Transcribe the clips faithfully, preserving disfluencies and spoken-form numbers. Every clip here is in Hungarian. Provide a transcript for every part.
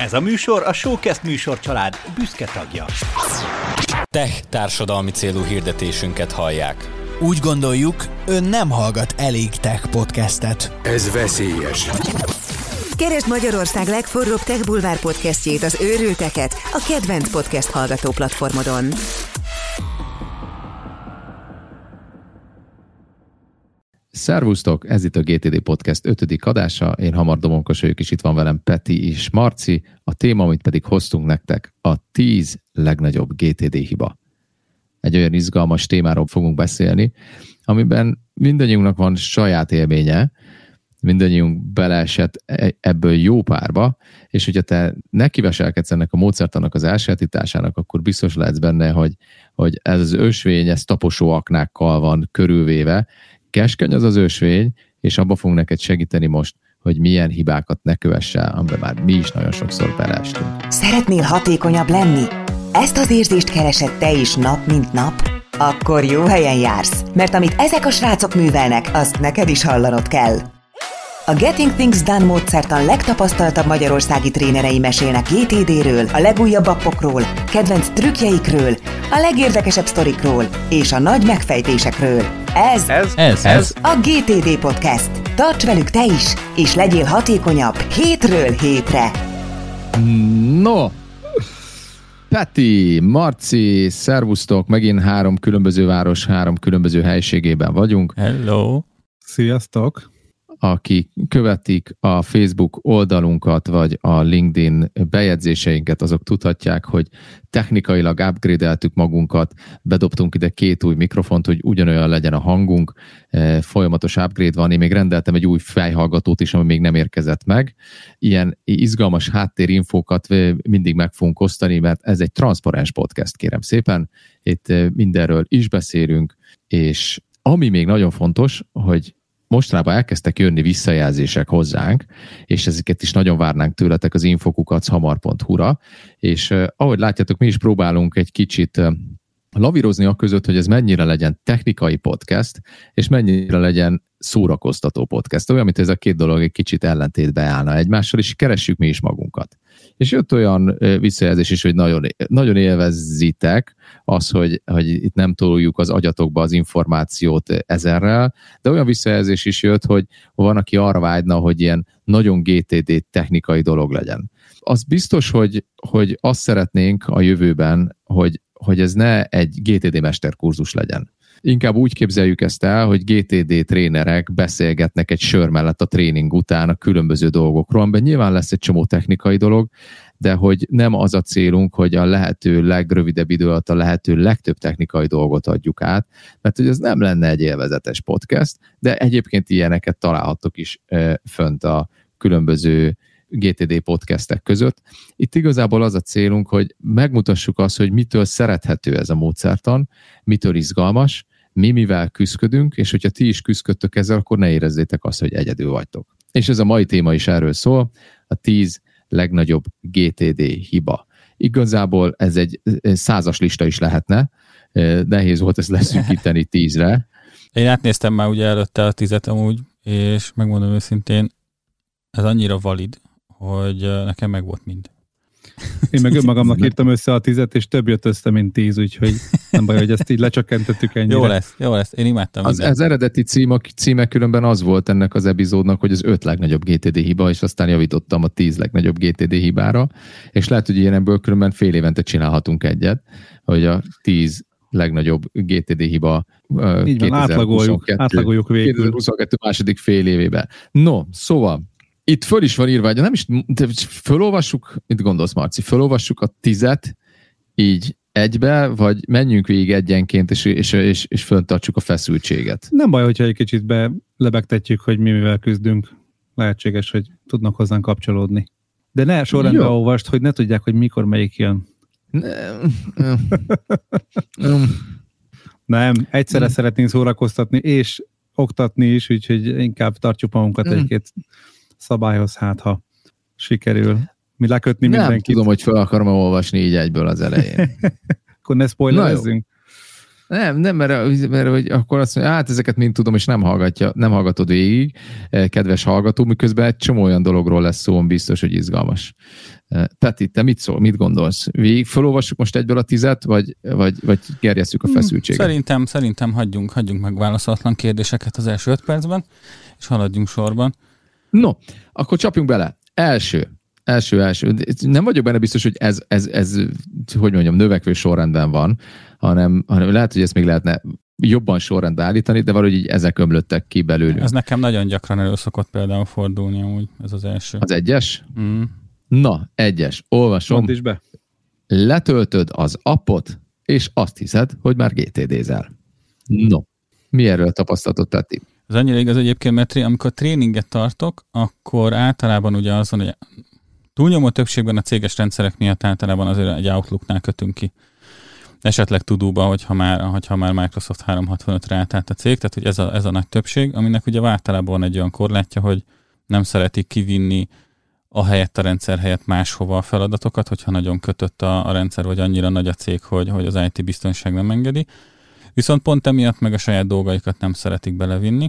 Ez a műsor a Showcast műsorcsalád büszke tagja. Tech társadalmi célú hirdetésünket hallják. Úgy gondoljuk, ön nem hallgat elég tech podcastet. Ez veszélyes. Keresd Magyarország legforróbb Tech Bulvár podcastjét, az Őrülteket, a kedvenc podcast hallgató platformodon. Szervusztok, ez itt a gé té dé Podcast ötödik adása, én Hamar Domonkos vagyok, és itt van velem Peti és Marci, a téma, amit pedig hoztunk nektek, a tíz legnagyobb gé té dé hiba. Egy olyan izgalmas témáról fogunk beszélni, amiben mindannyiunknak van saját élménye, mindannyiunk beleesett ebből jó párba, és hogyha te nekiveselkedsz ennek a módszertannak az elsajátításának, akkor biztos lehetsz benne, hogy, hogy ez az ösvény, ez taposó aknákkal van körülvéve. Keskeny az az ösvény, és abba fogunk neked segíteni most, hogy milyen hibákat ne kövessel, amiben már mi is nagyon sokszor beleestünk. Szeretnél hatékonyabb lenni? Ezt az érzést keresed te is nap, mint nap? Akkor jó helyen jársz, mert amit ezek a srácok művelnek, azt neked is hallanod kell. A Getting Things Done módszertan legtapasztaltabb magyarországi trénerei mesélnek gé té dé-ről, a legújabb appokról, kedvenc trükkjeikről, a legérdekesebb sztorikról és a nagy megfejtésekről. Ez, Ez, ez, ez a gé té dé Podcast. Tarts velük te is, és legyél hatékonyabb hétről hétre. No! Peti, Marci, szervusztok, megint három különböző város, három különböző helységében vagyunk. Hello! Sziasztok! Akik követik a Facebook oldalunkat, vagy a LinkedIn bejegyzéseinket, azok tudhatják, hogy technikailag upgrade-eltük magunkat, bedobtunk ide két új mikrofont, hogy ugyanolyan legyen a hangunk, folyamatos upgrade van, én még rendeltem egy új fejhallgatót is, ami még nem érkezett meg. Ilyen izgalmas háttérinfókat mindig meg fogunk osztani, mert ez egy transzparens podcast, kérem szépen. Itt mindenről is beszélünk, és ami még nagyon fontos, hogy mostanában elkezdtek jönni visszajelzések hozzánk, és ezeket is nagyon várnánk tőletek az infokukat hamar pont hu-ra, és uh, ahogy látjátok, mi is próbálunk egy kicsit uh, lavírozni a között, hogy ez mennyire legyen technikai podcast, és mennyire legyen szórakoztató podcast. Olyan, mint ez a két dolog egy kicsit ellentétbe állna egymással, és keressük mi is magunkat. És jött olyan visszajelzés is, hogy nagyon, nagyon élvezzitek az, hogy, hogy itt nem toljuk az agyatokba az információt ezerrel, de olyan visszajelzés is jött, hogy van, aki arra vágyna, hogy ilyen nagyon gé té dé technikai dolog legyen. Az biztos, hogy, hogy azt szeretnénk a jövőben, hogy, hogy ez ne egy gé té dé mesterkurzus legyen. Inkább úgy képzeljük ezt el, hogy gé té dé trénerek beszélgetnek egy sör mellett a tréning után a különböző dolgokról, amiben nyilván lesz egy csomó technikai dolog, de hogy nem az a célunk, hogy a lehető legrövidebb idő alatt a lehető legtöbb technikai dolgot adjuk át, mert hogy ez nem lenne egy élvezetes podcast, de egyébként ilyeneket találhattok is e, fönt a különböző gé té dé podcastek között. Itt igazából az a célunk, hogy megmutassuk azt, hogy mitől szerethető ez a módszertan, mitől izgalmas, mi mivel küzdködünk, és hogyha ti is küzdködtök ezzel, akkor ne érezzétek azt, hogy egyedül vagytok. És ez a mai téma is erről szól, a tíz legnagyobb gé té dé hiba. Igazából ez egy százas lista is lehetne, nehéz volt ezt leszűkíteni tízre. Én átnéztem már ugye előtte a tízet amúgy, és megmondom őszintén, ez annyira valid, hogy nekem meg volt mind. Én meg önmagamnak írtam össze a tízet, és több jött össze, mint tíz, úgyhogy nem baj, hogy ezt így lecsökkentettük ennyire. Jó lesz, jó lesz. Én imádtam az, az eredeti címe, címe különben az volt ennek az epizódnak, hogy az öt legnagyobb gé té dé hiba, és aztán javítottam a tíz legnagyobb gé té dé hibára, és lehet, hogy ilyenből különben fél évente csinálhatunk egyet, hogy a tíz legnagyobb gé té dé hiba így van, átlagoljuk, átlagoljuk végül. kétezer-huszonkettő második fél évében. No, szóval itt föl is van írva, nem is, de fölolvassuk, mit gondolsz, Marci, fölolvassuk a tizet így egybe, vagy menjünk végig egyenként, és, és, és, és föntartsuk a feszültséget? Nem baj, hogyha egy kicsit belebegtetjük, hogy mi mivel küzdünk. Lehetséges, hogy tudnak hozzánk kapcsolódni. De ne sorrendben olvast, hogy ne tudják, hogy mikor melyik jön. Nem, nem egyszerre nem. Szeretnénk szórakoztatni, és oktatni is, úgyhogy inkább tartjuk magunkat mm. egy-két szabályhoz, hát ha sikerül mi lekötni nem mindenkit. Nem tudom, hogy fel akarom olvasni így egyből az elején. Akkor ne spoilerezzünk. Nem, nem, mert, mert hogy akkor azt mondja, hát ezeket mind tudom, és nem hallgatja, nem hallgatod végig, kedves hallgató, miközben egy csomó olyan dologról lesz szó, biztos, hogy izgalmas. Peti, te mit szól, mit gondolsz? Végig felolvassuk most egyből a tizet, vagy, vagy, vagy gerjesszük a feszültséget? Szerintem, szerintem hagyjunk, hagyjunk meg válaszolatlan kérdéseket az első öt percben, és haladjunk sorban. No, akkor csapjunk bele. Első. Első, első. Nem vagyok benne biztos, hogy ez, ez, ez hogy mondjam, növekvő sorrendben van, hanem, hanem lehet, hogy ezt még lehetne jobban sorrendbe állítani, de valahogy így ezek ömlöttek ki belőlünk. Ez nekem nagyon gyakran elő szokott például fordulni, amúgy ez az első. Az egyes? Mm. Na, egyes. Olvasom. Mondd is be. Letöltöd az appot, és azt hiszed, hogy már gé té dé-zel. No. Mi erről tapasztalatot tették? Ez annyira igaz egyébként, mert amikor tréninget tartok, akkor általában ugye azon, hogy túlnyomó többségben a céges rendszerek miatt általában azért egy Outlooknál kötünk ki. Esetleg Tudóba, hogyha már, hogyha már Microsoft háromszázhatvanötre átállt a cég, tehát hogy ez a, ez a nagy többség, aminek ugye általában van egy olyan korlátja, hogy nem szeretik kivinni a helyett a rendszer helyett máshova a feladatokat, hogyha nagyon kötött a, a rendszer, vagy annyira nagy a cég, hogy, hogy az i té biztonság nem engedi. Viszont pont emiatt meg a saját dolgaikat nem szeretik belevinni,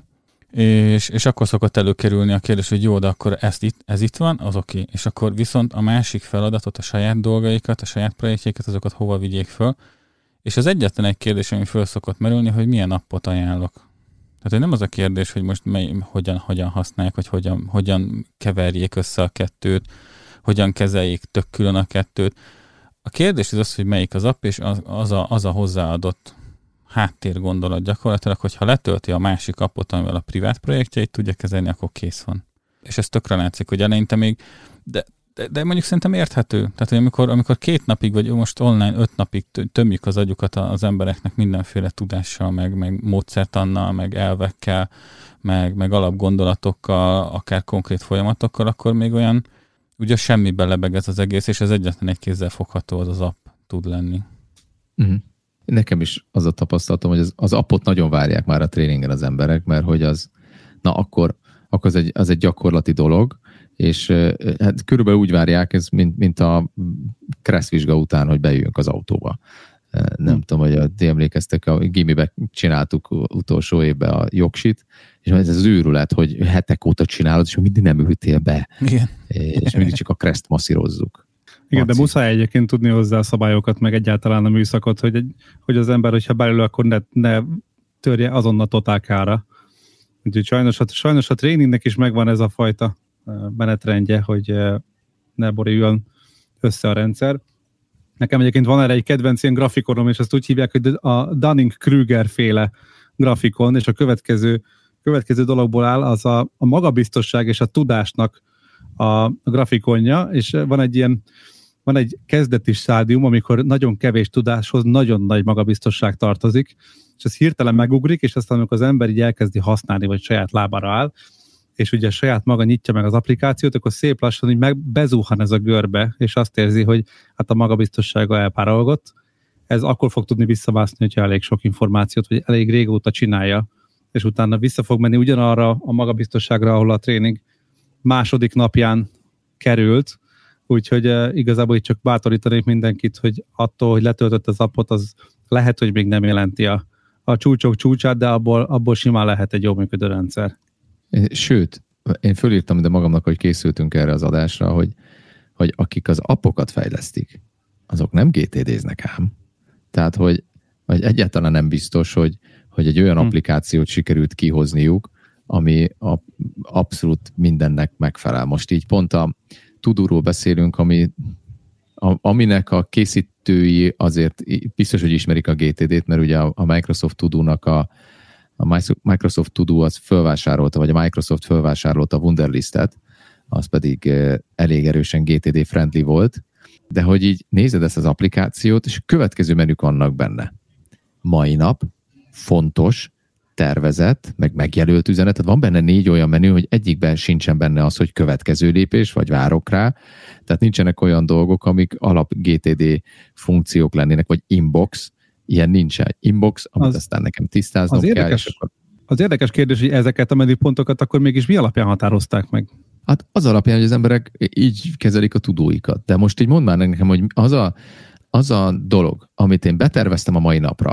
és, és akkor szokott előkerülni a kérdés, hogy jó, de akkor ezt itt, ez itt van, az oké. Okay. És akkor viszont a másik feladatot, a saját dolgaikat, a saját projektjeiket, azokat hova vigyék föl. És az egyetlen egy kérdés, ami föl szokott merülni, hogy milyen appot ajánlok. Tehát hogy nem az a kérdés, hogy most mely, hogyan, hogyan használják, vagy hogyan, hogyan keverjék össze a kettőt, hogyan kezeljék tök külön a kettőt. A kérdés az az, hogy melyik az app, és az, az, a, az a hozzáadott háttérgondolat gyakorlatilag, hogyha letölti a másik appot, amivel a privát projektjeit tudja kezelni, akkor kész van. És ez tökre látszik, hogy eleinte még, de, de, de mondjuk szerintem érthető. Tehát, hogy amikor, amikor két napig, vagy most online öt napig tömjük az agyukat az embereknek mindenféle tudással, meg, meg módszertannal, meg elvekkel, meg, meg alapgondolatokkal, akár konkrét folyamatokkal, akkor még olyan, ugye semmibe lebeg ez az egész, és ez egyetlen egy kézzel fogható az az app tud lenni. Uh-huh. Nekem is az a tapasztalatom, hogy az, az appot nagyon várják már a tréningen az emberek, mert hogy az, na akkor, akkor az, egy, az egy gyakorlati dolog, és hát körülbelül úgy várják, ez mint, mint a kresszvizsga után, hogy bejöjjünk az autóba. Nem hmm. tudom, hogy ti emlékeztek, a gimibe csináltuk utolsó évben a jogsit, és ez az őrület, hogy hetek óta csinálod, és mindig nem ültél be. Igen. És mindig csak a kreszt masszírozzuk. Igen, de muszáj egyébként tudni hozzá a szabályokat, meg egyáltalán a műszakot, hogy, egy, hogy az ember, hogyha belül, akkor ne, ne törje azonnal totálkára. Úgyhogy sajnos, sajnos a tréningnek is megvan ez a fajta menetrendje, hogy ne boruljon össze a rendszer. Nekem egyébként van erre egy kedvenc ilyen grafikonom, és ezt úgy hívják, hogy a Dunning-Kruger féle grafikon, és a következő, következő dologból áll az a, a magabiztosság és a tudásnak a grafikonja, és van egy ilyen van egy kezdeti stádium, amikor nagyon kevés tudáshoz nagyon nagy magabiztosság tartozik, és ez hirtelen megugrik, és aztán amikor az ember így elkezdi használni, vagy saját lábára áll, és ugye saját maga nyitja meg az applikációt, akkor szép lassan így meg bezuhan ez a görbe, és azt érzi, hogy hát a magabiztossága elpárolgott. Ez akkor fog tudni visszamászni, hogyha elég sok információt, vagy elég régóta csinálja, és utána vissza fog menni ugyanarra a magabiztosságra, ahol a tréning második napján került, úgyhogy uh, igazából itt csak bátorítanék mindenkit, hogy attól, hogy letöltött az appot, az lehet, hogy még nem jelenti a, a csúcsok csúcsát, de abból, abból simán lehet egy jó működő rendszer. Sőt, én fölírtam ide magamnak, hogy készültünk erre az adásra, hogy, hogy akik az appokat fejlesztik, azok nem gé té dé-znek ám. Tehát, hogy, hogy egyáltalán nem biztos, hogy, hogy egy olyan hmm. applikációt sikerült kihozniuk, ami a, abszolút mindennek megfelel. Most így pont a Tudóról beszélünk, ami, a, aminek a készítői azért biztos, hogy ismerik a gé té dé-t, mert ugye a, a Microsoft Tudónak a, a Microsoft Tudó az fölvásárolta, vagy a Microsoft fölvásárolta a Wunderlistet, az pedig elég erősen gé té dé friendly volt, de hogy így nézed ezt az applikációt, és a következő menük vannak benne. Mai nap, fontos, tervezett, meg megjelölt üzenet, tehát van benne négy olyan menü, hogy egyikben sincsen benne az, hogy következő lépés, vagy várok rá, tehát nincsenek olyan dolgok, amik alap gé té dé funkciók lennének, vagy inbox, ilyen nincsen. Inbox, amit az, aztán nekem tisztáznom az kell. Érdekes, akkor... Az érdekes kérdés, hogy ezeket a menüpontokat akkor mégis mi alapján határozták meg? Hát az alapján, hogy az emberek így kezelik a tudóikat. De most így mondd már nekem, hogy az a, az a dolog, amit én beterveztem a mai napra,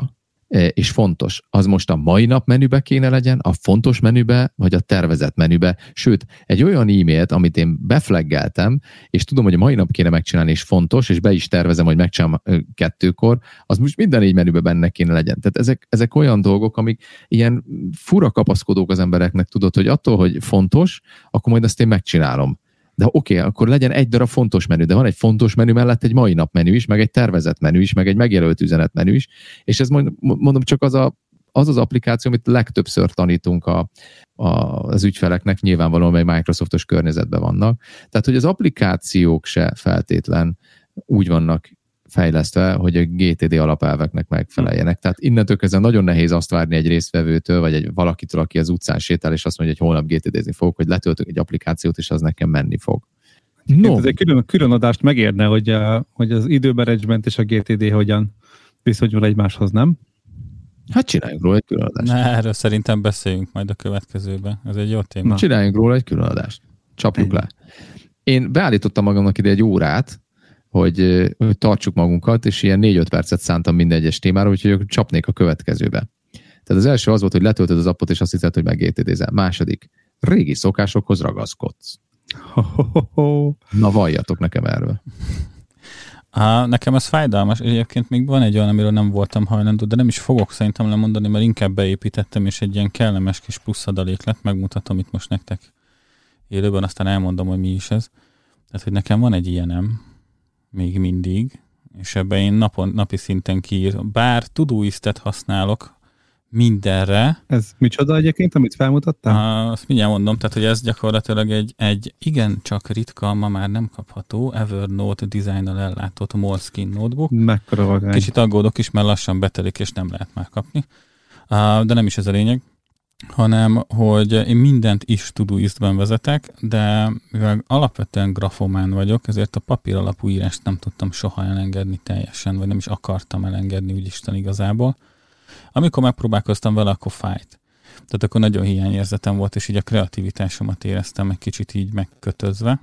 és fontos. Az most a mai nap menübe kéne legyen, a fontos menübe, vagy a tervezett menübe. Sőt, egy olyan e-mailt, amit én beflaggeltem, és tudom, hogy a mai nap kéne megcsinálni, és fontos, és be is tervezem, hogy megcsinálom kettőkor, az most minden négy menübe benne kéne legyen. Tehát ezek, ezek olyan dolgok, amik ilyen fura kapaszkodók az embereknek, tudod, hogy attól, hogy fontos, akkor majd azt én megcsinálom. De oké, okay, akkor legyen egy darab fontos menü, de van egy fontos menü mellett egy mai nap menü is, meg egy tervezett menü is, meg egy megjelölt üzenet menü is, és ez mondom csak az a, az, az applikáció, amit legtöbbször tanítunk a, a, az ügyfeleknek, nyilvánvalóan, mely Microsoftos környezetben vannak. Tehát, hogy az applikációk se feltétlen úgy vannak fejlesztve, hogy a gé té dé alapelveknek megfeleljenek. Tehát innentől kezdve nagyon nehéz azt várni egy résztvevőtől, vagy egy valakitől, aki az utcán sétál, és azt mondja, hogy holnap gé té dézni fogok, hogy letöltök egy applikációt, és az nekem menni fog. No. Ez egy külön, külön adást megérne, hogy, a, hogy az időmenedzsment és a gé té dé hogyan viszonyul egymáshoz, nem? Hát csináljunk róla egy külön adást. Na, erről szerintem beszéljünk majd a következőben. Ez egy jó téma. Na, csináljunk róla egy külön adást. Csapjuk le. Én beállítottam magamnak ide egy órát, hogy, hogy tartsuk magunkat, és ilyen négy-öt percet szántam minden egyes témára, úgyhogy csapnék a következőbe. Tehát az első az volt, hogy letöltöd az appot, és azt hiszed, hogy meg gé té dézel. Második, régi szokásokhoz ragaszkodsz. Ho, ho, ho, ho. Na, valljatok nekem erről. Á, nekem ez fájdalmas. Egyébként még van egy olyan, amiről nem voltam hajlandó, de nem is fogok szerintem lemondani, mert inkább beépítettem, és egy ilyen kellemes kis plusz adalék lett. Megmutatom itt most nektek élőben, aztán elmondom, hogy mi is ez. Tehát, hogy nekem van egy ilyenem, még mindig, és ebben én napon, napi szinten kiír. Bár Todoistet használok mindenre. Ez micsoda egyébként, amit felmutattál? Azt mindjárt mondom, tehát hogy ez gyakorlatilag egy, egy igen csak ritka, ma már nem kapható Evernote designnal ellátott Moleskine notebook. Mekkora vagány. Kicsit aggódok is, mert lassan betelik, és nem lehet már kapni. De nem is ez a lényeg, hanem, hogy én mindent is Todoistben vezetek, de mivel alapvetően grafomán vagyok, ezért a papír alapú írást nem tudtam soha elengedni teljesen, vagy nem is akartam elengedni, úgyisten igazából. Amikor megpróbálkoztam vele, akkor fájt. Tehát akkor nagyon hiányérzetem volt, és így a kreativitásomat éreztem egy kicsit így megkötözve.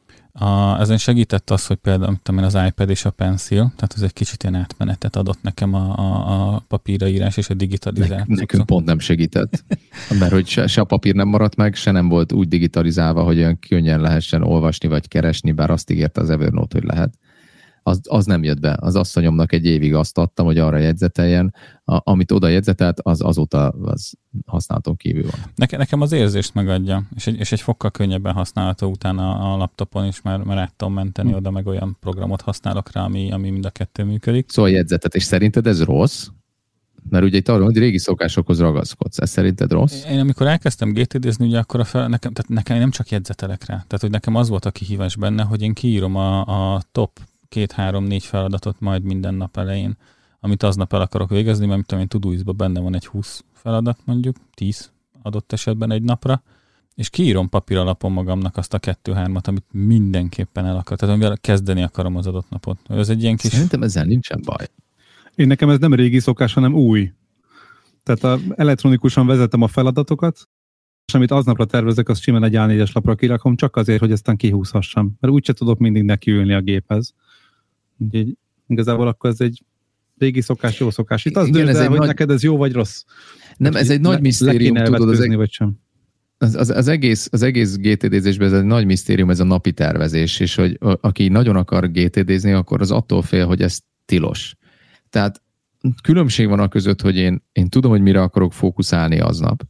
A, ezen segített az, hogy például én, az iPad és a Pencil, tehát ez egy kicsit ilyen átmenetet adott nekem a, a, a papírraírás és a digitalizáció. Nekünk pont nem segített, mert hogy se, se a papír nem maradt meg, se nem volt úgy digitalizálva, hogy olyan könnyen lehessen olvasni vagy keresni, bár azt ígérte az Evernote, hogy lehet. Az, az nem jött be. Az asszonyomnak egy évig azt adtam, hogy arra jegyzeteljen. A, amit oda jegyzetelt, az azóta az használaton kívül van. Neke, nekem az érzést megadja, és egy, és egy fokkal könnyebben használható utána a laptopon is, mert, mert át tudom menteni hmm. oda, meg olyan programot használok rá, ami, ami mind a kettő működik. Szóval jegyzetet, és szerinted ez rossz? Mert ugye itt arról, hogy régi szokásokhoz ragaszkodsz. Ez szerinted rossz? Én amikor elkezdtem gé té dézni, ugye akkor a fel, nekem, tehát nekem nem csak jegyzetelek rá. Tehát, hogy nekem az volt a kihívás benne, hogy én kiírom a, a top két-három-négy feladatot majd minden nap elején, amit aznap el akarok végezni, mert tudom én Todoistban benne van egy húsz feladat mondjuk, tíz adott esetben egy napra, és kiírom papír alapon magamnak azt a kettő-hármat, amit mindenképpen el akar, tehát amivel kezdeni akarom az adott napot. Ez egy ilyen kis... Szerintem ezzel nincsen baj. Én nekem ez nem régi szokás, hanem új. Tehát a, elektronikusan vezetem a feladatokat, és amit aznapra tervezek, az simán egy á négyes lapra kirakom, csak azért, hogy aztán kihúzhassam. Mert úgyse tudok mindig nekiülni a géphez. Úgyhogy igazából akkor ez egy régi szokás, jó szokás. Itt az dönt el, hogy nagy... neked ez jó vagy rossz. Nem, ez egy le, nagy misztérium, tudod, az, vagy sem. Az, az, az, egész, az egész gé té dézésben ez egy nagy misztérium, ez a napi tervezés, és hogy aki nagyon akar gé té dézni, akkor az attól fél, hogy ez tilos. Tehát különbség van a között, hogy én, én tudom, hogy mire akarok fókuszálni aznap,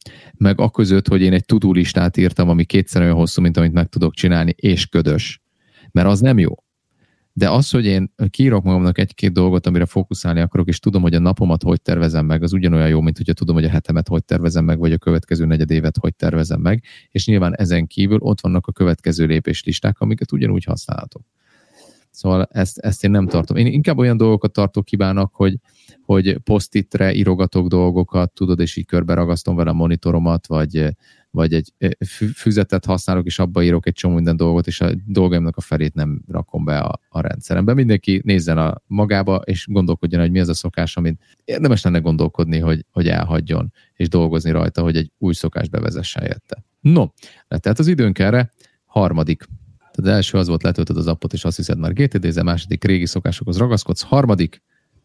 meg a között, hogy én egy to-do listát írtam, ami kétszer olyan hosszú, mint amit meg tudok csinálni, és ködös. Mert az nem jó. De az, hogy én kiírok magamnak egy-két dolgot, amire fókuszálni akarok, és tudom, hogy a napomat hogy tervezem meg, az ugyanolyan jó, mint hogyha tudom, hogy a hetemet hogy tervezem meg, vagy a következő negyed évet hogy tervezem meg, és nyilván ezen kívül ott vannak a következő lépéslisták, amiket ugyanúgy használhatok. Szóval ezt, ezt én nem tartom. Én inkább olyan dolgokat tartok hibának, hogy, hogy post-itre írogatok dolgokat, tudod, és így körbe ragasztom vele a monitoromat, vagy, vagy egy füzetet használok, és abba írok egy csomó minden dolgot, és a dolgaimnak a felét nem rakom be a, a rendszerembe. Mindenki nézzen a magába, és gondolkodjon, hogy mi az a szokás, amit érdemes lenne gondolkodni, hogy, hogy elhagyjon, és dolgozni rajta, hogy egy új szokás bevezessen helyette. No, tehát az időnk erre. Harmadik. Tehát az első az volt, letöltöd az appot, és azt hiszed már gé té dézel, második régi szokásokhoz ragaszkodsz, harmadik,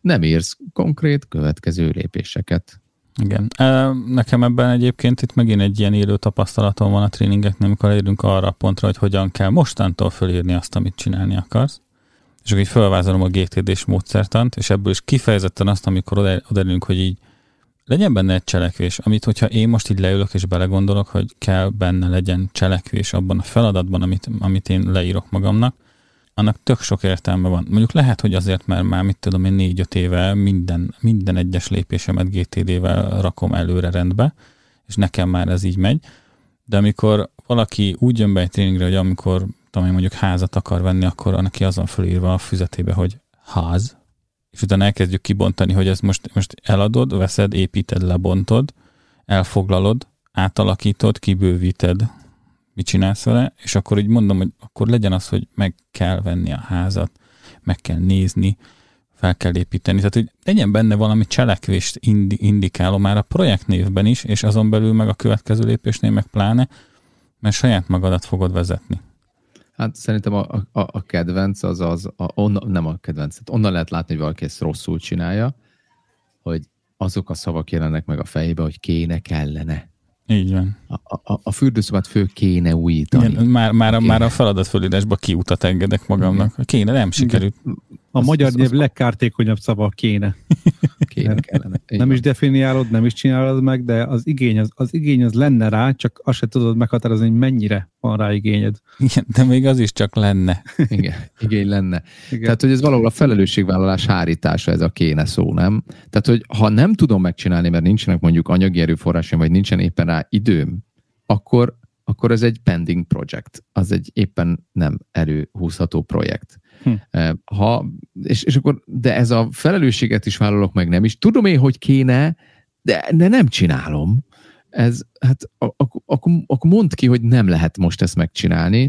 nem írsz konkrét következő lépéseket. Igen. Nekem ebben egyébként itt megint egy ilyen élő tapasztalatom van a tréningeknél, amikor elérünk arra a pontra, hogy hogyan kell mostantól fölírni azt, amit csinálni akarsz. És akkor így felvázolom a gé té dés módszertant, és ebből is kifejezetten azt, amikor oda, odaérünk, hogy így legyen benne egy cselekvés, amit hogyha én most így leülök és belegondolok, hogy kell benne legyen cselekvés abban a feladatban, amit, amit én leírok magamnak, annak tök sok értelme van. Mondjuk lehet, hogy azért, mert már mit tudom én négy-öt éve minden, minden egyes lépésemet gé té dé-vel rakom előre rendbe, és nekem már ez így megy, de amikor valaki úgy jön be egy tréningre, hogy amikor tudom én mondjuk házat akar venni, akkor neki az van fölírva a füzetébe, hogy ház, és utána elkezdjük kibontani, hogy ezt most, most eladod, veszed, építed, lebontod, elfoglalod, átalakítod, kibővíted, mit csinálsz vele, és akkor így mondom, hogy akkor legyen az, hogy meg kell venni a házat, meg kell nézni, fel kell építeni. Tehát, hogy legyen benne valami cselekvést indi, indikáló már a projektnévben is, és azon belül meg a következő lépésnél meg pláne, mert saját magadat fogod vezetni. Hát szerintem a, a, a kedvenc az az, a, onna, nem a kedvenc, onnan lehet látni, hogy valaki ezt rosszul csinálja, hogy azok a szavak jelennek meg a fejébe, hogy kéne, kellene. Így van. A, a, a fürdőszobát föl kéne újítani. Igen, már, már, kéne. már a feladatfölírásba kiutat engedek magamnak. Kéne, nem sikerült. A az, magyar az, nyelv az... legkártékonyabb szava kéne. Kéne, kellene. Nem is definiálod, nem is csinálod meg, de az igény az, az igény az lenne rá, csak azt se tudod meghatározni, hogy mennyire van rá igényed. Igen, de még az is csak lenne. Igen, igény lenne. Igen. Tehát, hogy ez valahol a felelősségvállalás hárítása, ez a kéne szó, nem? Tehát, hogy ha nem tudom megcsinálni, mert nincsenek mondjuk anyagi erőforrásom, vagy nincsen éppen rá időm, akkor, akkor ez egy pending project. Az egy éppen nem előhúzható projekt. Hm. Ha, és, és akkor, de ez a felelősséget is vállalok meg, nem is. Tudom én, hogy kéne, de, de nem csinálom. Ez, hát ak- akkor, akkor mondd ki, hogy nem lehet most ezt megcsinálni,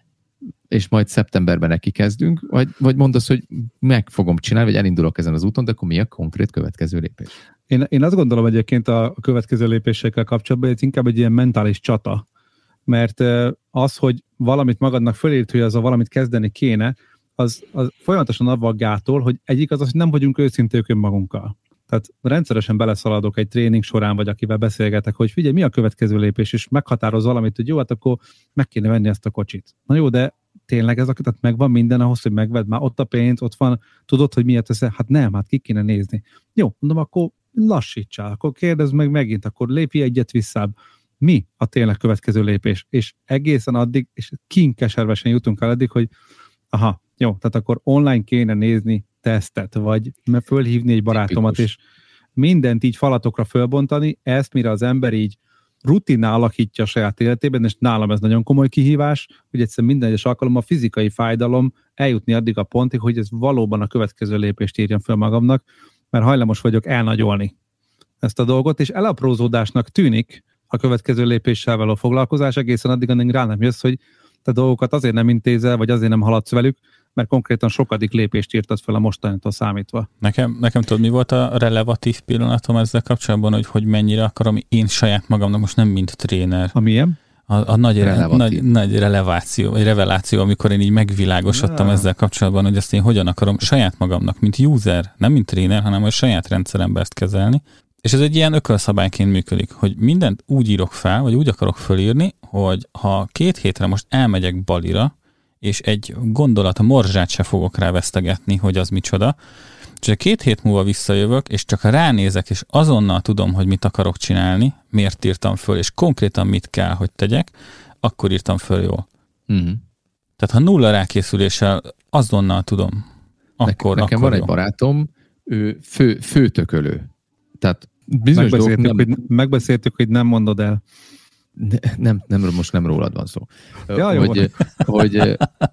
és majd szeptemberben neki kezdünk, vagy, vagy mondd azt, hogy meg fogom csinálni, vagy elindulok ezen az úton, de akkor mi a konkrét következő lépés? Én, én azt gondolom egyébként a következő lépésekkel kapcsolatban, ez inkább egy ilyen mentális csata, mert az, hogy valamit magadnak fölírt, hogy az a valamit kezdeni kéne, az, az folyamatosan avval gátol, hogy egyik az az, hogy nem vagyunk őszinték önmagunkkal. Tehát rendszeresen beleszaladok egy tréning során, vagy akivel beszélgetek, hogy figyelj, mi a következő lépés, és meghatároz valamit, hogy jó, hát akkor meg kéne venni ezt a kocsit. Na jó, de tényleg ez a, tehát megvan minden ahhoz, hogy megvedd, már ott a pénz, ott van, tudod, hogy miért teszel? Hát nem, hát ki kéne nézni. Jó, mondom, akkor lassítsál, akkor kérdezd meg megint, akkor lépj egyet visszább. Mi a tényleg következő lépés? És egészen addig, és kinkeservesen jutunk el addig, hogy aha, jó, tehát akkor online kéne nézni tesztet, vagy fölhívni egy barátomat, Tipikus. És mindent így falatokra fölbontani, ezt mire az ember így rutinná alakítja a saját életében, és nálam ez nagyon komoly kihívás, hogy egyszerűen minden egyes alkalommal a fizikai fájdalom eljutni addig a pontig, hogy ez valóban a következő lépést írjam föl magamnak, mert hajlamos vagyok elnagyolni ezt a dolgot, és elaprózódásnak tűnik a következő lépéssel való foglalkozás, egészen addig, amíg rá nem jössz, hogy te dolgokat azért nem intézel, vagy azért nem haladsz velük, mert konkrétan sokadik lépést írtad fel a mostanitól számítva. Nekem, nekem tudod, mi volt a relevatív pillanatom ezzel kapcsolatban, hogy, hogy mennyire akarom én saját magamnak, most nem mint tréner. A milyen? A, a nagy, re, nagy, nagy releváció, vagy reveláció, amikor én így megvilágosodtam ja. ezzel kapcsolatban, hogy ezt én hogyan akarom saját magamnak, mint user, nem mint tréner, hanem a saját rendszerembe ezt kezelni. És ez egy ilyen ökölszabályként működik, hogy mindent úgy írok fel, vagy úgy akarok fölírni, hogy ha két hétre most elmegyek Balira, és egy gondolat, a morzsát se fogok rá vesztegetni, hogy az micsoda, és két hét múlva visszajövök, és csak ránézek, és azonnal tudom, hogy mit akarok csinálni, miért írtam föl, és konkrétan mit kell, hogy tegyek, akkor írtam föl jól. Uh-huh. Tehát ha nulla rákészüléssel azonnal tudom, akkor, Nekem akkor van jó. Egy barátom, ő fő, főtökölő. Tehát bizonyos megbeszéltük, dolgok nem... hogy, megbeszéltük, hogy nem mondod el. Ne, nem, nem, most nem rólad van szó. Ja, jó, hogy, hogy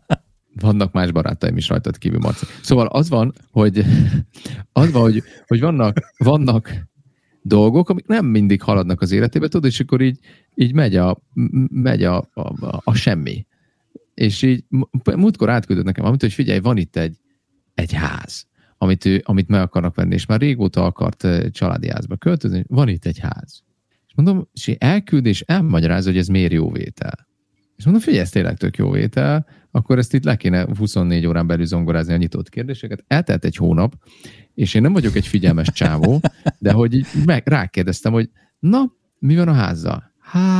vannak más barátaim is rajtad kívül, Marci. Szóval az van, hogy, az van, hogy, hogy vannak, vannak dolgok, amik nem mindig haladnak az életébe, tudod, és akkor így, így megy, a, megy a, a, a semmi. És így múltkor átküldött nekem, amit, hogy figyelj, van itt egy, egy ház, amit, ő, amit meg akarnak venni, és már régóta akart családi házba költözni, van itt egy ház. És mondom, és elküld, és elmagyarázza, hogy ez miért jó vétel. És mondom, figyelj, ez tényleg tök jó étel, akkor ezt itt le kéne huszonnégy órán belül zongorázni a nyitott kérdéseket. Eltelt egy hónap, és én nem vagyok egy figyelmes csávó, de hogy így meg, rákérdeztem, hogy na, mi van a házzal?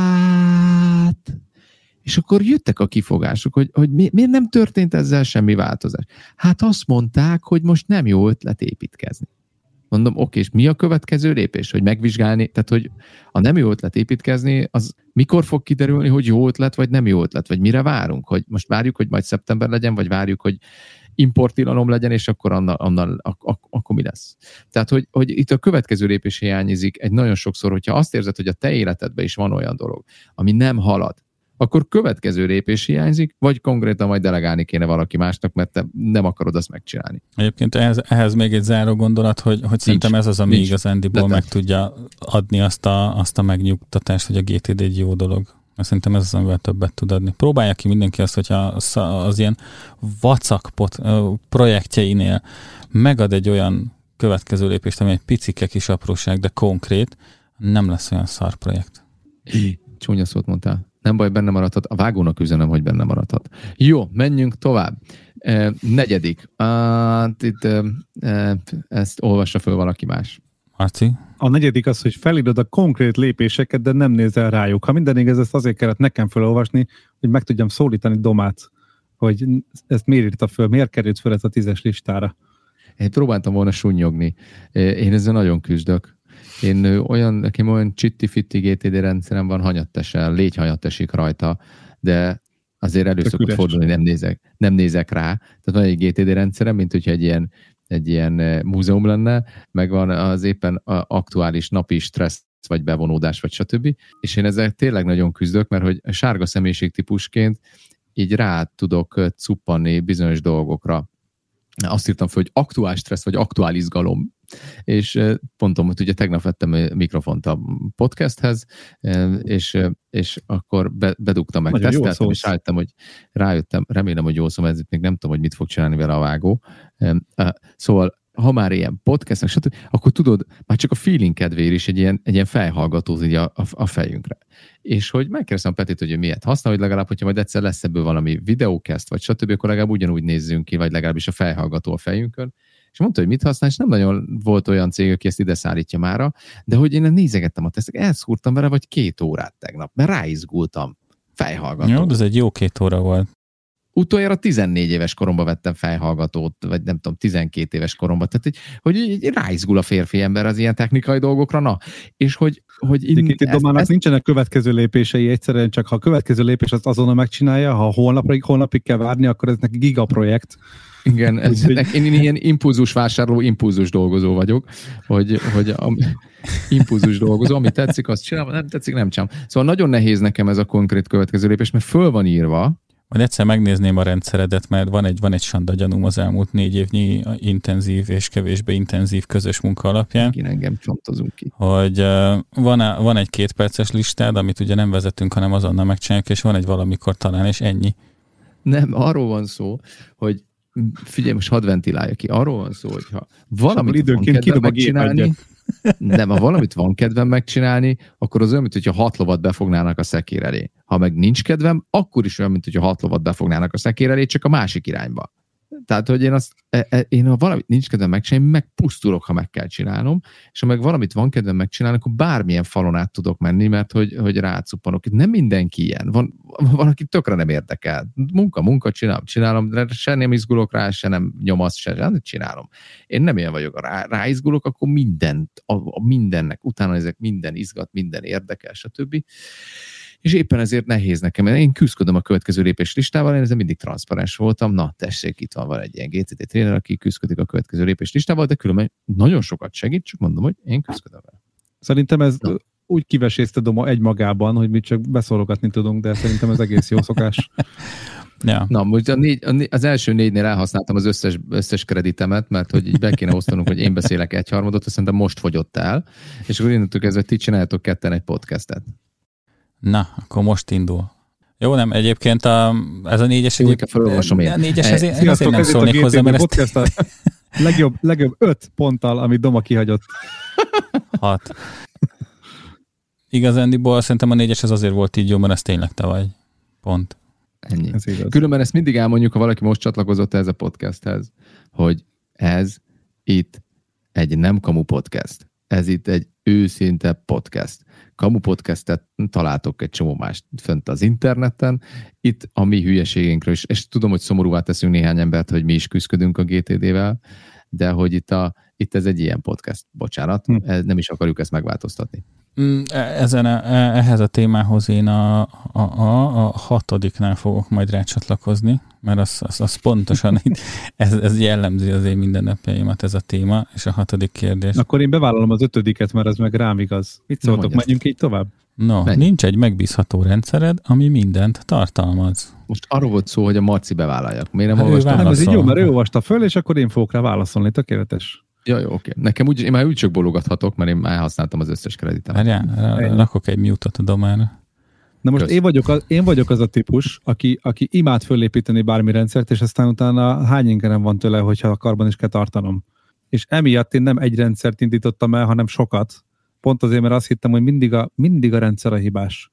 Hát... És akkor jöttek a kifogások, hogy, hogy mi, miért nem történt ezzel semmi változás. Hát azt mondták, hogy most nem jó ötlet építkezni. Mondom, oké, és mi a következő lépés? Hogy megvizsgálni, tehát hogy a nem jó ötlet építkezni, az mikor fog kiderülni, hogy jó ötlet, vagy nem jó ötlet, vagy mire várunk? Hogy most várjuk, hogy majd szeptember legyen, vagy várjuk, hogy importtilalom legyen, és akkor annal, annal ak, ak, akkor mi lesz? Tehát, hogy, hogy itt a következő lépés hiányozik egy nagyon sokszor, hogyha azt érzed, hogy a te életedben is van olyan dolog, ami nem halad, akkor következő lépés hiányzik, vagy konkrétan majd delegálni kéne valaki másnak, mert te nem akarod azt megcsinálni. Egyébként ehhez, ehhez még egy záró gondolat, hogy, hogy szerintem ez az, ami nincs. Igazándiból meg tudja adni azt a, azt a megnyugtatást, hogy a gé té dé egy jó dolog. Szerintem ez az, amivel többet tud adni. Próbálja ki mindenki azt, hogyha az, az ilyen vacak projektjeinél megad egy olyan következő lépést, ami egy picike kis apróság, de konkrét, nem lesz olyan szar projekt. Csúnya szót mondtál. Nem baj, benne maradhat. A vágónak üzenem, hogy benne maradhat. Jó, menjünk tovább. E, negyedik. Ah, itt, e, ezt olvassa föl valaki más. Marci? A negyedik az, hogy felírod a konkrét lépéseket, de nem nézel rájuk. Ha minden igaz, ezt azért kellett nekem felolvasni, hogy meg tudjam szólítani Domát, hogy ezt miért írta föl, miért került föl ez a tízes listára. Én próbáltam volna sunnyogni. Én ezzel nagyon küzdök. Én olyan, nekem olyan csitti-fitti gé té dé rendszerem van, hanyattesen, légy hanyattesik rajta, de azért elő szokott fordulni, nem nézek, nem nézek rá. Tehát van egy gé té dé rendszerem, mint hogyha egy ilyen, egy ilyen múzeum lenne, meg van az éppen aktuális napi stressz, vagy bevonódás, vagy stb. És én ezzel tényleg nagyon küzdök, mert hogy sárga személyiségtípusként így rá tudok cuppanni bizonyos dolgokra. Azt írtam fel, hogy aktuális stressz, vagy aktuál izgalom. És pontom, hogy ugye tegnap vettem a mikrofont a podcasthez, és, és akkor be, bedugtam meg, nagyon teszteltem, és rájöttem, hogy rájöttem, remélem, hogy jó szó, ez még nem tudom, hogy mit fog csinálni vele a vágó. Szóval, ha már ilyen podcastnak, stb., akkor tudod, már csak a feeling kedvéért is egy ilyen, egy ilyen fejhallgatóz így a, a, a fejünkre. És hogy megkérdeztem Petit, hogy miért használ, hogy legalább, hogyha majd egyszer lesz ebből valami videócast, vagy stb., akkor legalább ugyanúgy nézzünk ki, vagy legalábbis a fejhallgató a fejünkön. És mondta, hogy mit használ, és nem nagyon volt olyan cég, aki ezt ide szállítja mára, de hogy én nézegettem a tesztek, elszúrtam vele vagy két órát tegnap, mert ráizgultam. Fejhallgató. Jó, de ez egy jó két óra volt. Utoljára tizennégy éves koromban vettem fejhallgatót, vagy nem tudom, tizenkét éves koromban. Tehát, hogy, hogy ráizgul a férfi ember az ilyen technikai dolgokra, na. És hogy... hogy itt ezt, Domának ezt... nincsenek következő lépései, egyszerűen csak ha a következő lépés azt azonnal megcsinálja, ha holnapig, holnapig kell várni, akkor ez neki gigaprojekt. Igen, ez, én ilyen impulzus vásárló, impulzus dolgozó vagyok, hogy, hogy a, impulzus dolgozó, ami tetszik, azt csinálom, nem tetszik, nem csinálom. Szóval nagyon nehéz nekem ez a konkrét következő lépés, mert föl van írva. Majd egyszer megnézném a rendszeredet, mert van egy, van egy sanda gyanúm az elmúlt négy évnyi intenzív és kevésbé intenzív közös munka alapján. Igen, engem csontozunk ki. Hogy uh, van, a, van egy kétperces listád, amit ugye nem vezetünk, hanem azonnal megcsináljuk, és van egy valamikor talán, és ennyi. Nem, arról van szó, hogy figyelj, most hadd ventilálja ki. Arról van szó, hogyha valamit van kedvem megcsinálni, nem, ha valamit van kedvem megcsinálni, akkor az olyan, mint hogyha hat lovat befognának a szekér elé. Ha meg nincs kedvem, akkor is olyan, mint hogyha hat lovat befognának a szekér elé, csak a másik irányba. Tehát, hogy én azt, én ha valamit nincs kedvem megcsinálni, megpusztulok, ha meg kell csinálnom, és ha meg valamit van kedvem megcsinálni, akkor bármilyen falon át tudok menni, mert hogy, hogy rácuppanok. Nem mindenki ilyen. Van, van, aki tökre nem érdekel. Munka, munka, csinálom, csinálom, de se nem izgulok rá, se nem nyomasz, se nem csinálom. Én nem ilyen vagyok. Rá, ráizgulok, akkor mindent, a, a mindennek, utána ezek minden izgat, minden érdekel, stb. És éppen ezért nehéz nekem. Én küzdködöm a következő lépés listával, én ezzel mindig transzparens voltam. Na, tessék, itt van, van egy ilyen gé té dé tréner, aki küzdködik a következő lépés listával, de különben nagyon sokat segít, csak mondom, hogy én küzdködöm vele. Szerintem ez Na. úgy kivesézte Doma egymagában, hogy mi csak beszólogatni tudunk, de szerintem ez egész jó szokás. Ja. Na, most a négy, a, az első négynél elhasználtam az összes, összes kreditemet, mert hogy így be kéne osztanunk, hogy én beszélek egyharmadot, azt szerintem most fogyott el, és akkor innentől kezdve ti csináljátok ketten egy podcastet. Na, akkor most indul. Jó, nem, egyébként a, ez a négyes... Jó, egyéb... felolvasom én. A négyes, ezért, Sziasztok, ezért nem szólnék hozzá, mert ezt... legjobb, legjobb öt ponttal, amit Doma kihagyott. Hat. Igazándiból szerintem a négyes ez azért volt így jó, mert ez tényleg te vagy. Pont. Ennyi. Ez Különben ezt mindig elmondjuk, ha valaki most csatlakozott ez a podcasthez, hogy ez itt egy nem kamu podcast. Ez itt egy őszinte podcast. Kamu podcastet találtok egy csomó mást fönt az interneten. Itt a mi hülyeségünkről is, és tudom, hogy szomorúvá teszünk néhány embert, hogy mi is küzdködünk a gé té dé-vel, de hogy itt, a, itt ez egy ilyen podcast. Bocsánat, hm. nem is akarjuk ezt megváltoztatni. Ezen a, ehhez a témához én a, a, a, a hatodiknál fogok majd rácsatlakozni, mert az, az, az pontosan ez, ez jellemzi az én mindennapjaimat, ez a téma, és a hatodik kérdés. Akkor én bevállalom az ötödiket, mert ez meg rám igaz. Mit szóltok, menjünk így tovább? No, Menj. Nincs egy megbízható rendszered, ami mindent tartalmaz. Most arról volt szó, hogy a Marci bevállaljak. Miért nem hát olvastam? Nem, ez így jó, mert ő olvasta föl, és akkor én fogok rá válaszolni. Tökéletes. Ja, jó, oké. Nekem úgy, én már úgy csak bologathatok, mert én már használtam az összes kreditet. Várjál, rakok egy mute-ot a domára. Na most én vagyok, az, én vagyok az a típus, aki, aki imád fölépíteni bármi rendszert, és aztán utána hány ingerem van tőle, hogyha a karban is kell tartanom. És emiatt én nem egy rendszert indítottam el, hanem sokat. Pont azért, mert azt hittem, hogy mindig a, mindig a rendszer a hibás.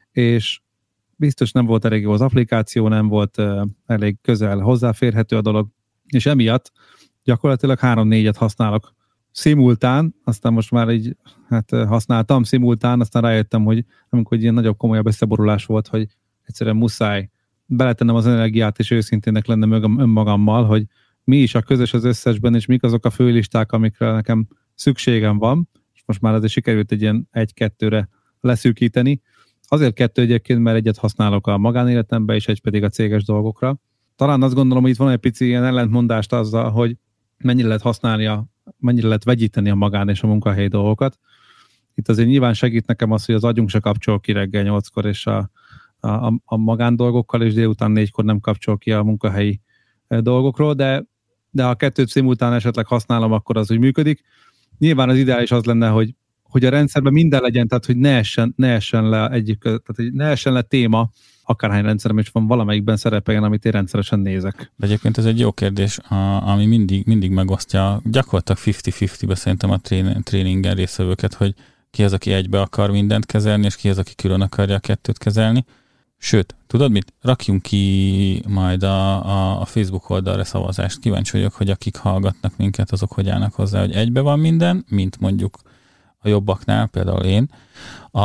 És biztos nem volt elég jó az applikáció, nem volt uh, elég közel hozzáférhető a dolog, és emiatt gyakorlatilag három-négyet használok szimultán, aztán most már így hát használtam szimultán, aztán rájöttem, hogy amikor ilyen nagyobb, komolyabb összeborulás volt, hogy egyszerűen muszáj beletennem az energiát, és őszintének lennem önmagammal, hogy mi is a közös az összesben, és mik azok a főlisták, amikre nekem szükségem van, és most már azért sikerült egy ilyen egy-kettőre leszűkíteni. Azért kettő egyébként, mert egyet használok a magánéletemben, és egy pedig a céges dolgokra. Talán azt gondolom, hogy itt van egy pici ilyen ellentmondást azzal, hogy mennyire lehet használni, a, mennyire lehet vegyíteni a magán és a munkahelyi dolgokat. Itt azért nyilván segít nekem az, hogy az agyunk se kapcsol ki reggel nyolckor, és a, a, a magán dolgokkal, és délután négykor nem kapcsol ki a munkahelyi dolgokról, de, de ha a kettőt szimultán esetleg használom, akkor az úgy működik. Nyilván az ideális az lenne, hogy, hogy a rendszerben minden legyen, tehát hogy ne essen, ne essen le egyik, tehát hogy ne essen le téma, akárhány rendszerem is van, valamelyikben szerepeljen, amit én rendszeresen nézek. De egyébként ez egy jó kérdés, a, ami mindig, mindig megosztja, gyakorlatilag fifty-fifty-be szerintem a trén, tréningen részvevőket, hogy ki az, aki egybe akar mindent kezelni, és ki az, aki külön akarja a kettőt kezelni. Sőt, tudod mit? Rakjunk ki majd a, a, a Facebook oldalra szavazást. Kíváncsi vagyok, hogy akik hallgatnak minket, azok hogy állnak hozzá, hogy egybe van minden, mint mondjuk a jobbaknál, például én, a,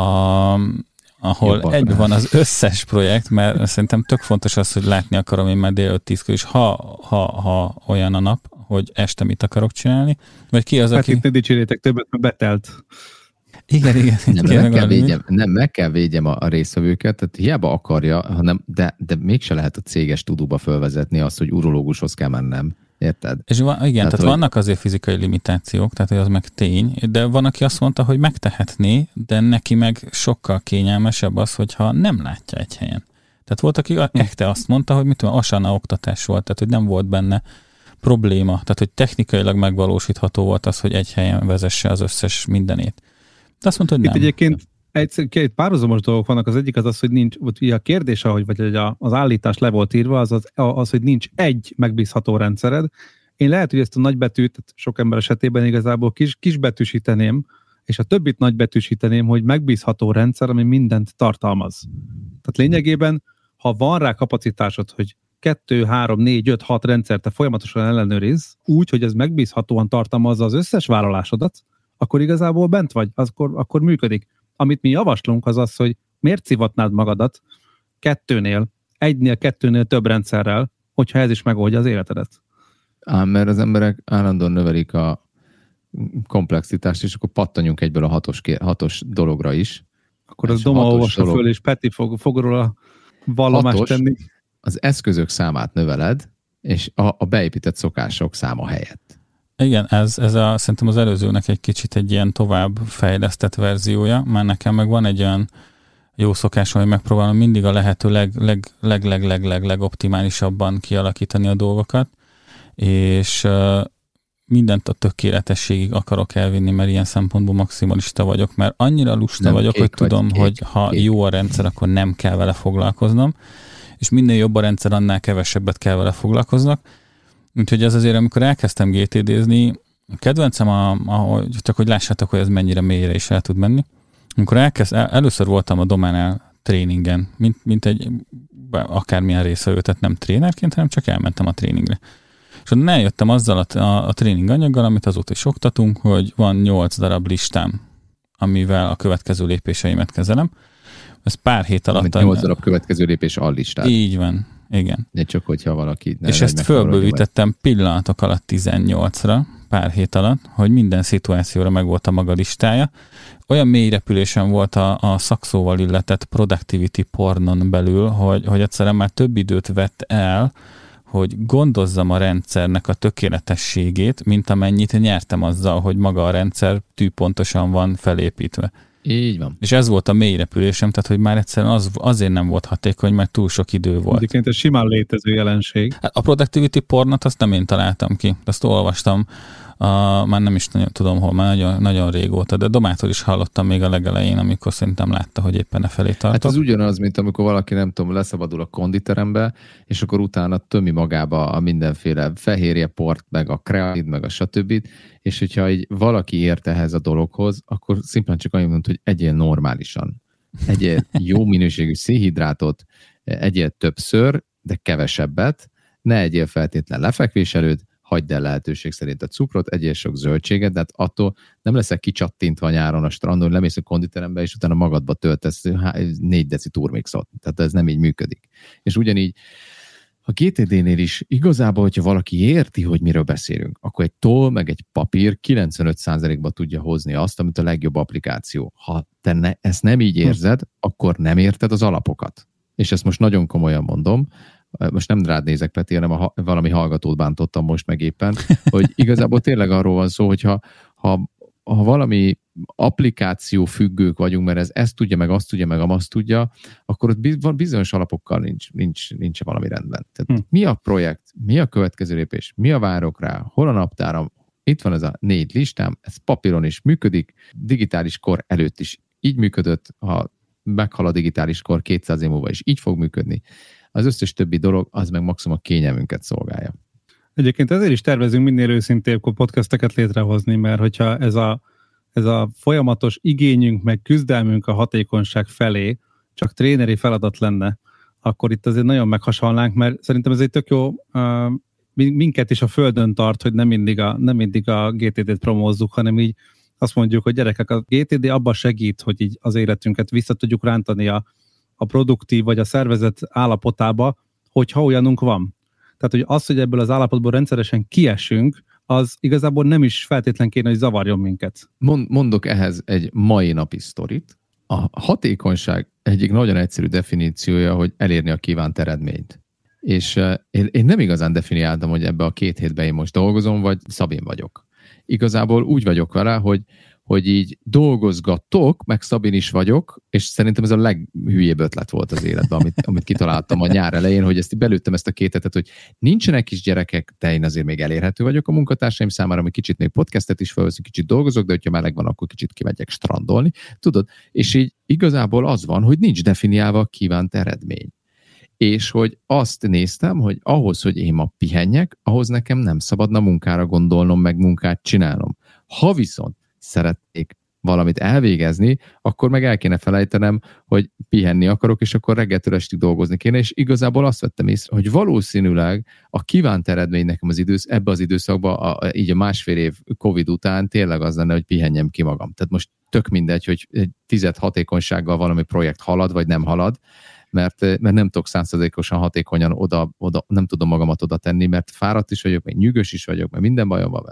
ahol jobbaknál. Egybe van az összes projekt, mert szerintem tök fontos az, hogy látni akarom én már délelőtt tízkor is, ha, ha, ha olyan a nap, hogy este mit akarok csinálni, vagy ki az, hát aki... itt ne dicsérjétek többet, mert betelt. Igen, igen. Nem, meg kell, védjem, nem, meg kell védjem a, a résztvevőket, tehát hiába akarja, hanem, de, de mégse lehet a céges tudóba fölvezetni azt, hogy urológushoz kell mennem. Érted? És van, igen, tehát, tehát hogy... vannak azért fizikai limitációk, tehát az meg tény, de van, aki azt mondta, hogy megtehetné, de neki meg sokkal kényelmesebb az, hogyha nem látja egy helyen. Tehát volt, aki ekte azt mondta, hogy mit tudom, Asana oktatás volt, tehát hogy nem volt benne probléma, tehát hogy technikailag megvalósítható volt az, hogy egy helyen vezesse az összes mindenét. De azt mondta, hogy nem. Itt egyébként egy, két párhuzamos dolgok vannak. Az egyik az az, hogy nincs, a kérdés, ahogy vagy az állítás le volt írva, az, az, az, hogy nincs egy megbízható rendszered. Én lehet, hogy ezt a nagybetűt, sok ember esetében igazából kis, kisbetűsíteném, és a többit nagybetűsíteném, hogy megbízható rendszer, ami mindent tartalmaz. Tehát lényegében, ha van rá kapacitásod, hogy kettő, három, négy, öt, hat rendszert te folyamatosan ellenőriz, úgy, hogy ez megbízhatóan tartalmazza az összes vállalásodat, akkor igazából bent vagy, akkor, akkor működik. Amit mi javaslunk az az, hogy miért szivatnád magadat kettőnél, egynél, kettőnél több rendszerrel, hogyha ez is megoldja az életedet. Ám, mert az emberek állandóan növelik a komplexitást, és akkor pattanjunk egyből a hatos, hatos dologra is. Akkor az Doma olvassa föl, és Peti fog, fog róla vallomást hatos, tenni. Az eszközök számát növeled, és a, a beépített szokások száma helyett. Igen, ez, ez a, szerintem az előzőnek egy kicsit egy ilyen tovább fejlesztett verziója, már nekem meg van egy olyan jó szokásom, hogy megpróbálom mindig a lehető leg, leg, leg, leg, leg, leg, legoptimálisabban kialakítani a dolgokat, és uh, mindent a tökéletességig akarok elvinni, mert ilyen szempontból maximalista vagyok, mert annyira lusta nem vagyok, hogy tudom, kék, hogy ha kék. Jó a rendszer, akkor nem kell vele foglalkoznom, és minél jobb a rendszer, annál kevesebbet kell vele foglalkoznak. Úgyhogy ez azért, amikor elkezdtem gé té dé-zni, a kedvencem, a, a, csak hogy lássátok, hogy ez mennyire mélyre is el tud menni. Amikor elkezd, el, először voltam a Dománál tréningen, mint, mint egy akármilyen része tehát nem trénerként, hanem csak elmentem a tréningre. És onnan eljöttem azzal a, a, a tréning anyaggal, amit azóta is oktatunk, hogy van nyolc darab listám, amivel a következő lépéseimet kezelem. Ez pár hét alatt... nyolc darab következő lépés allistát. Így van, igen. De csak hogyha valaki... És ezt fölbővítettem pillanatok alatt tizennyolcra, pár hét alatt, hogy minden szituációra meg volt a maga listája. Olyan mély repülésen volt a, a szakszóval illetett productivity pornon belül, hogy, hogy egyszerűen már több időt vett el, hogy gondozzam a rendszernek a tökéletességét, mint amennyit nyertem azzal, hogy maga a rendszer tűpontosan van felépítve. Így van. És ez volt a mély repülésem, tehát hogy már egyszerűen az, azért nem volt hatékony, mert túl sok idő volt. Egyébként ez simán létező jelenség. A productivity pornot azt nem én találtam ki, azt olvastam, a, már nem is nagyon tudom hol, már nagyon, nagyon régóta, de Domától is hallottam még a legelején, amikor szerintem látta, hogy éppen e felé tartok. Hát ez ugyanaz, mint amikor valaki, nem tudom, leszabadul a konditerembe, és akkor utána tömi magába a mindenféle fehérje port, meg a kreatin, meg a stb. És hogyha így valaki ért ehhez a dologhoz, akkor szimplán csak annyit mond, hogy egyél normálisan. Egyél jó minőségű szénhidrátot, egyél többször, de kevesebbet, ne egyél feltétlen lefekvés előtt, hagyd el lehetőség szerint a cukrot, egyél sok zöldséget, de hát attól nem leszek kicsattintva nyáron a strandon, lemész a konditerembe, és utána magadba töltesz négy deci turmixot. Tehát ez nem így működik. És ugyanígy a gé té dé-nél is igazából, hogyha valaki érti, hogy miről beszélünk, akkor egy toll meg egy papír kilencvenöt százalékba tudja hozni azt, amit a legjobb applikáció. Ha te ne, ezt nem így érzed, akkor nem érted az alapokat. És ezt most nagyon komolyan mondom, most nem rád nézek, Peti, hanem a, valami hallgatót bántottam most meg éppen, hogy igazából tényleg arról van szó, hogyha ha, ha valami applikáció függők vagyunk, mert ez ezt tudja, meg azt tudja, meg azt tudja, akkor ott bizonyos alapokkal nincs, nincs, nincs valami rendben. Tehát hm. mi a projekt, mi a következő lépés, mi a várok rá, hol a naptáram, itt van ez a négy listám, ez papíron is működik, digitális kor előtt is így működött, ha meghal a digitális kor kétszáz év múlva is így fog működni. Az összes többi dolog, az meg maximum a kényelmünket szolgálja. Egyébként ezért is tervezünk minél őszintébb podcasteket létrehozni, mert hogyha ez a, ez a folyamatos igényünk, meg küzdelmünk a hatékonyság felé csak tréneri feladat lenne, akkor itt azért nagyon meghasalnánk, mert szerintem ez egy tök jó, uh, minket is a földön tart, hogy nem mindig a, nem mindig a gé té dét promózzuk, hanem így azt mondjuk, hogy gyerekek, a gé té dé abban segít, hogy így az életünket vissza tudjuk rántani a a produktív vagy a szervezet állapotába, hogyha olyanunk van. Tehát, hogy az, hogy ebből az állapotból rendszeresen kiesünk, az igazából nem is feltétlen kéne, hogy zavarjon minket. Mondok ehhez egy mai napi sztorit. A hatékonyság egyik nagyon egyszerű definíciója, hogy elérni a kívánt eredményt. És én, én nem igazán definiáltam, hogy ebbe a két hétben én most dolgozom, vagy Szabin vagyok. Igazából úgy vagyok vele, hogy hogy így dolgozgatok, meg Szabin is vagyok, és szerintem ez a leghülyébb ötlet volt az életben, amit, amit kitaláltam a nyár elején, hogy ezt belőttem ezt a két hetet, hogy nincsenek kis gyerekek, de én azért még elérhető vagyok a munkatársaim számára, ami kicsit még podcastet is felveszünk, kicsit dolgozok, de hogyha meleg van, akkor kicsit kimegyek strandolni, tudod? És így igazából az van, hogy nincs definiálva a kívánt eredmény. És hogy azt néztem, hogy ahhoz, hogy én ma pihenjek, ahhoz nekem nem szabadna munkára gondolnom, meg munkát csinálnom. Ha viszont szeretnék valamit elvégezni, akkor meg el kéne felejtenem, hogy pihenni akarok, és akkor reggeltől estig dolgozni kéne, és igazából azt vettem észre, hogy valószínűleg a kívánt eredmény nekem az idősz, ebbe az időszakban, a, így a másfél év Covid után tényleg az lenne, hogy pihenjem ki magam. Tehát most tök mindegy, hogy egy tized hatékonysággal valami projekt halad, vagy nem halad, mert, mert nem tudok száz százalékosan hatékonyan oda, oda, nem tudom magamat oda tenni, mert fáradt is vagyok, meg nyűgös is vagyok, mert minden bajom van.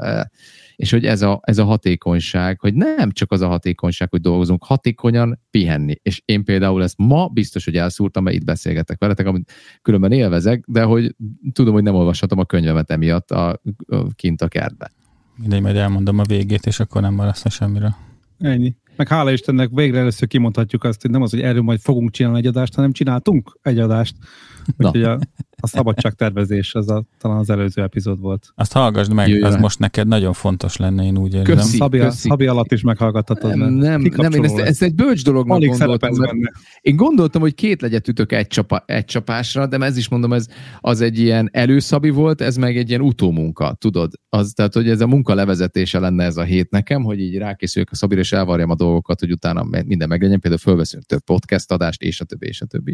És hogy ez a, ez a hatékonyság, hogy nem csak az a hatékonyság, hogy dolgozunk, hatékonyan pihenni. És én például ezt ma biztos, hogy elszúrtam, mert itt beszélgetek veletek, amit különben élvezek, de hogy tudom, hogy nem olvashatom a könyvemet emiatt a, a, kint a kertbe. Mindegy, majd elmondom a végét, és akkor nem maradsz semmiről. Ennyi. Meg hála Istennek végre először kimondhatjuk azt, hogy nem az, hogy erről majd fogunk csinálni egy adást, hanem csináltunk egy adást. Úgyhogy a A szabadságtervezés, az a, talán az előző epizód volt. Azt hallgassd meg, Jöjjön. Az most neked nagyon fontos lenne, én úgy érzem. Köszi, Szabi, köszi. Szabi alatt is meghallgathatod. Nem, nem, nem én ezt, ezt egy bölcs dolognak Alig gondoltam. Én gondoltam, hogy két legyet ütök egy, csapa, egy csapásra, de ez is mondom, ez az egy ilyen előszabi volt, ez meg egy ilyen utómunka, tudod? Az, tehát, hogy ez a munka levezetése lenne ez a hét nekem, hogy így rákészüljek a Szabira, és elvarjam a dolgokat, hogy utána minden meglegyen, például fölveszünk több podcast adást, és a többi, és a többi.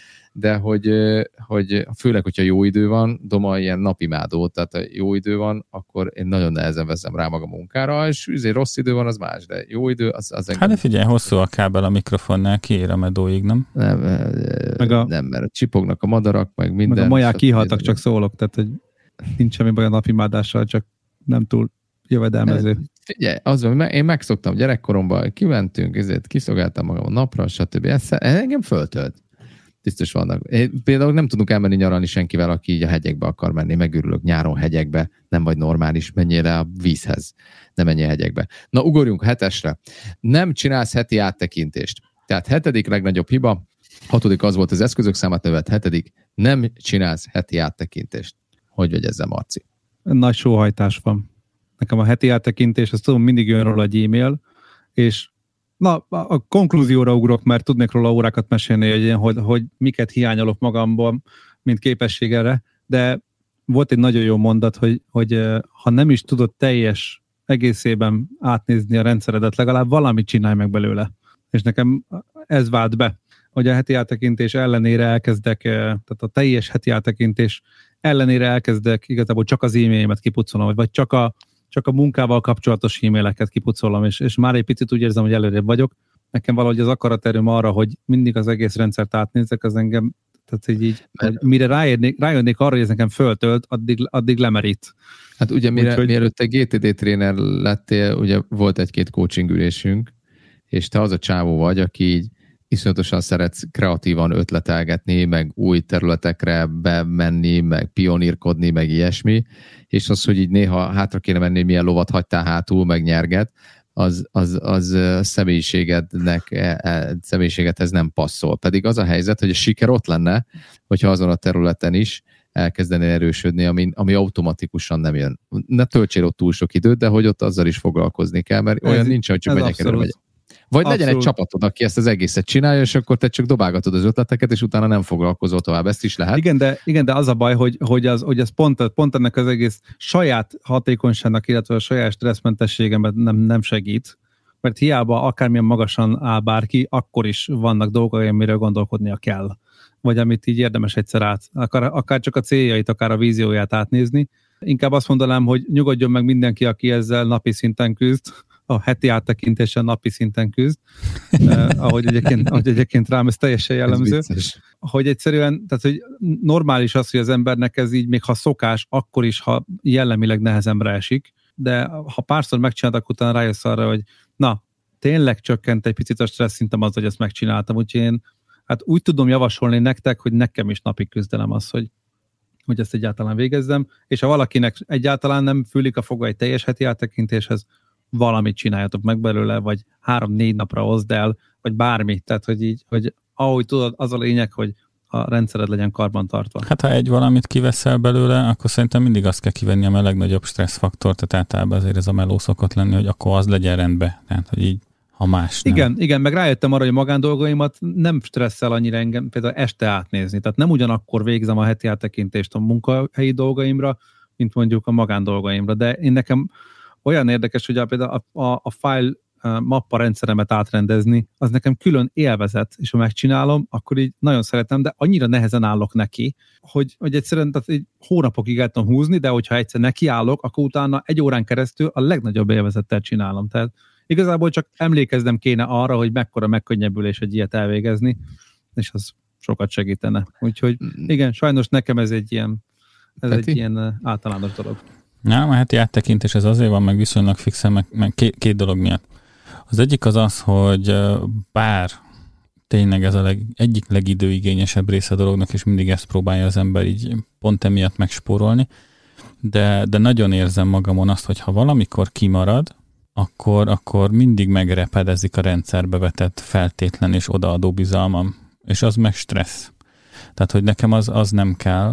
De hogy, hogy főleg, hogyha jó idő van, Doma ilyen napimádó, tehát ha jó idő van, akkor én nagyon nehezen veszem rá magam munkára, és azért rossz idő van, az más, de jó idő, az, az engem... Hát de figyelj, hosszú a kábel a mikrofonnál, kiér a medóig, nem? Nem, meg a, nem, mert csipognak a madarak, meg minden. Meg a maják kihaltak, csak szólok, tehát hogy nincs semmi baj a napimádással, csak nem túl jövedelmező. Figyelj, az van, én megszoktam gyerekkoromban, kimentünk, ezért kiszolgáltam magam a napra, stb. Ez engem föltölt. Biztos vannak. Én például nem tudunk elmenni nyaralni senkivel, aki így a hegyekbe akar menni. Megőrülök nyáron hegyekbe, nem vagy normális, menjél le a vízhez, nem menjél hegyekbe. Na, ugorjunk hetesre. Nem csinálsz heti áttekintést. Tehát hetedik legnagyobb hiba, hatodik az volt az eszközök számát növelt, hetedik, nem csinálsz heti áttekintést. Hogy vagy ezzel, Marci? Nagy sóhajtás van. Nekem a heti áttekintés, azt tudom, mindig jön róla egy e-mail, és na, a konklúzióra ugrok, mert tudnék róla órákat mesélni, hogy, hogy, hogy miket hiányolok magamból, mint képesség erre, de volt egy nagyon jó mondat, hogy, hogy ha nem is tudod teljes egészében átnézni a rendszeredet, legalább valamit csinálj meg belőle. És nekem ez vált be, hogy a heti áttekintés ellenére elkezdek, tehát a teljes heti áttekintés ellenére elkezdek igazából csak az e-mailemet kipucolom, vagy csak a csak a munkával kapcsolatos e-maileket kipucolom, és, és már egy picit úgy érzem, hogy előrébb vagyok. Nekem valahogy az akaraterőm arra, hogy mindig az egész rendszert átnézek, az engem, tehát így, így hogy mire rájönnék, rájönnék arra, hogy ez nekem föltölt, addig, addig lemerít. Hát ugye mire, Úgyhogy... mielőtt te gé té dé tréner lettél, ugye volt egy-két coaching ülésünk, és te az a csávó vagy, aki így iszonyatosan szeretsz kreatívan ötletelgetni, meg új területekre bemenni, meg pionírkodni, meg ilyesmi, és az, hogy így néha hátra kéne menni, milyen lovat hagytál hátul, meg nyerget, az, az, az személyiségednek, személyiségedhez nem passzol. Pedig az a helyzet, hogy a siker ott lenne, hogyha azon a területen is elkezdeni erősödni, ami, ami automatikusan nem jön. Ne töltsél ott túl sok időt, de hogy ott azzal is foglalkozni kell, mert olyan ez, nincs, hogy csak megyek erre, megyek. Vagy abszolút. Legyen egy csapatod, aki ezt az egészet csinálja, és akkor te csak dobálgatod az ötleteket, és utána nem foglalkozol tovább. Ezt is lehet. Igen, de, igen, de az a baj, hogy, hogy, az, hogy az pont, pont ennek az egész saját hatékonyságnak, illetve a saját stresszmentességemet nem, nem segít. Mert hiába akármilyen magasan áll bárki, akkor is vannak dolgok, amiről gondolkodnia kell. Vagy amit így érdemes egyszer át. Akár, akár csak a céljait, akár a vízióját átnézni. Inkább azt mondanám, hogy nyugodjon meg mindenki, aki ezzel napi szinten küzd, a heti áttekintésen napi szinten küzd, eh, ahogy, egyébként, ahogy egyébként rám ez teljesen jellemző, ez hogy egyszerűen, tehát hogy normális az, hogy az embernek ez így, még ha szokás, akkor is, ha jellemileg nehezemre esik, de ha párszor megcsináltak, utána rájössz arra, hogy na, tényleg csökkent egy picit a stressz szintem az, hogy ezt megcsináltam, úgyhogy én hát úgy tudom javasolni nektek, hogy nekem is napi küzdelem az, hogy hogy ezt egyáltalán végezzem, és ha valakinek egyáltalán nem fűlik a foga egy teljes heti áttekintéshez, valamit csináljatok meg belőle, vagy három-négy napra hozd el, vagy bármi. Tehát, hogy így, hogy ahogy tudod, az a lényeg, hogy a rendszered legyen karbantartva. Hát ha egy valamit kiveszel belőle, akkor szerintem mindig azt kell kivenni, ami a legnagyobb stresszfaktor, tehát általában azért ez a meló szokott lenni, hogy akkor az legyen rendben. Tehát, hogy így, ha más nem. Igen, igen, meg rájöttem arra, hogy a magándolgaimat nem stresszel annyira engem például este átnézni. Tehát nem ugyanakkor végzem a heti áttekintést a munkahelyi dolgaimra, mint mondjuk a magándolgaimra. De én nekem olyan érdekes, hogy a, például a, a, a file mappa rendszeremet átrendezni, az nekem külön élvezet, és ha megcsinálom, akkor így nagyon szeretem, de annyira nehezen állok neki, hogy, hogy egyszerűen tehát így hónapokig el tudom húzni, de hogyha egyszer nekiállok, akkor utána egy órán keresztül a legnagyobb élvezettel csinálom. Tehát igazából csak emlékeznem kéne arra, hogy mekkora megkönnyebbülés egy ilyet elvégezni, és az sokat segítene. Úgyhogy igen, sajnos nekem ez egy ilyen, ez egy ilyen általános dolog. Nem, a heti áttekintés ez azért van, meg viszonylag fixen, meg, meg két, két dolog miatt. Az egyik az az, hogy bár tényleg ez a leg, egyik legidőigényesebb része a dolognak, és mindig ezt próbálja az ember így pont emiatt megspórolni, de, de nagyon érzem magamon azt, hogy ha valamikor kimarad, akkor, akkor mindig megrepedezik a rendszerbe vetett feltétlen és odaadó bizalmam, és az meg stressz. Tehát, hogy nekem az, az nem kell,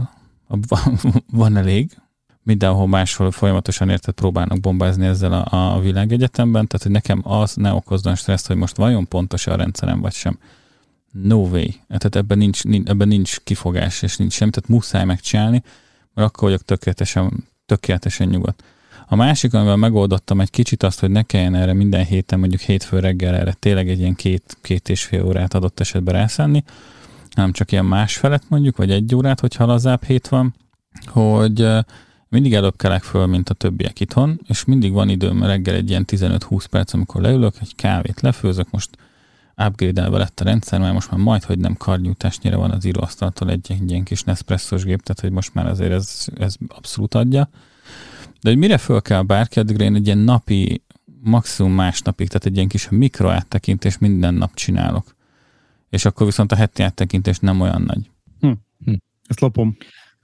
van elég, mindenhol máshol folyamatosan érted próbálnak bombázni ezzel a, a világegyetemben, tehát, hogy nekem az ne okozzon stresszt, hogy most vajon pontos a rendszerem, vagy sem. No way. Tehát ebben nincs, ebben nincs kifogás, és nincs semmi, tehát muszáj megcsinálni, mert akkor vagyok tökéletesen, tökéletesen nyugodt. A másik, amivel megoldottam egy kicsit azt, hogy ne kelljen erre minden héten, mondjuk hétfő reggel erre tényleg egy ilyen két, két és fél órát adott esetben rászánni, hanem csak ilyen másfelet mondjuk, vagy egy órát, hogyha lazább hét van, hogy mindig előbb kelek föl, mint a többiek itthon, és mindig van időm reggel egy ilyen tizenöt-húsz perc, amikor leülök, egy kávét lefőzök, most upgrade-elve lett a rendszer, mert most már majd, hogy nem karnyújtásnyira van az íróasztaltól egy, egy ilyen kis Nespresso-s gép, tehát hogy most már azért ez, ez abszolút adja. De hogy mire föl kell bárki, addigra én egy ilyen napi, maximum másnapig, tehát egy ilyen kis mikro áttekintés minden nap csinálok. És akkor viszont a heti áttekintés nem olyan nagy. Hm. Hm. Ezt lopom.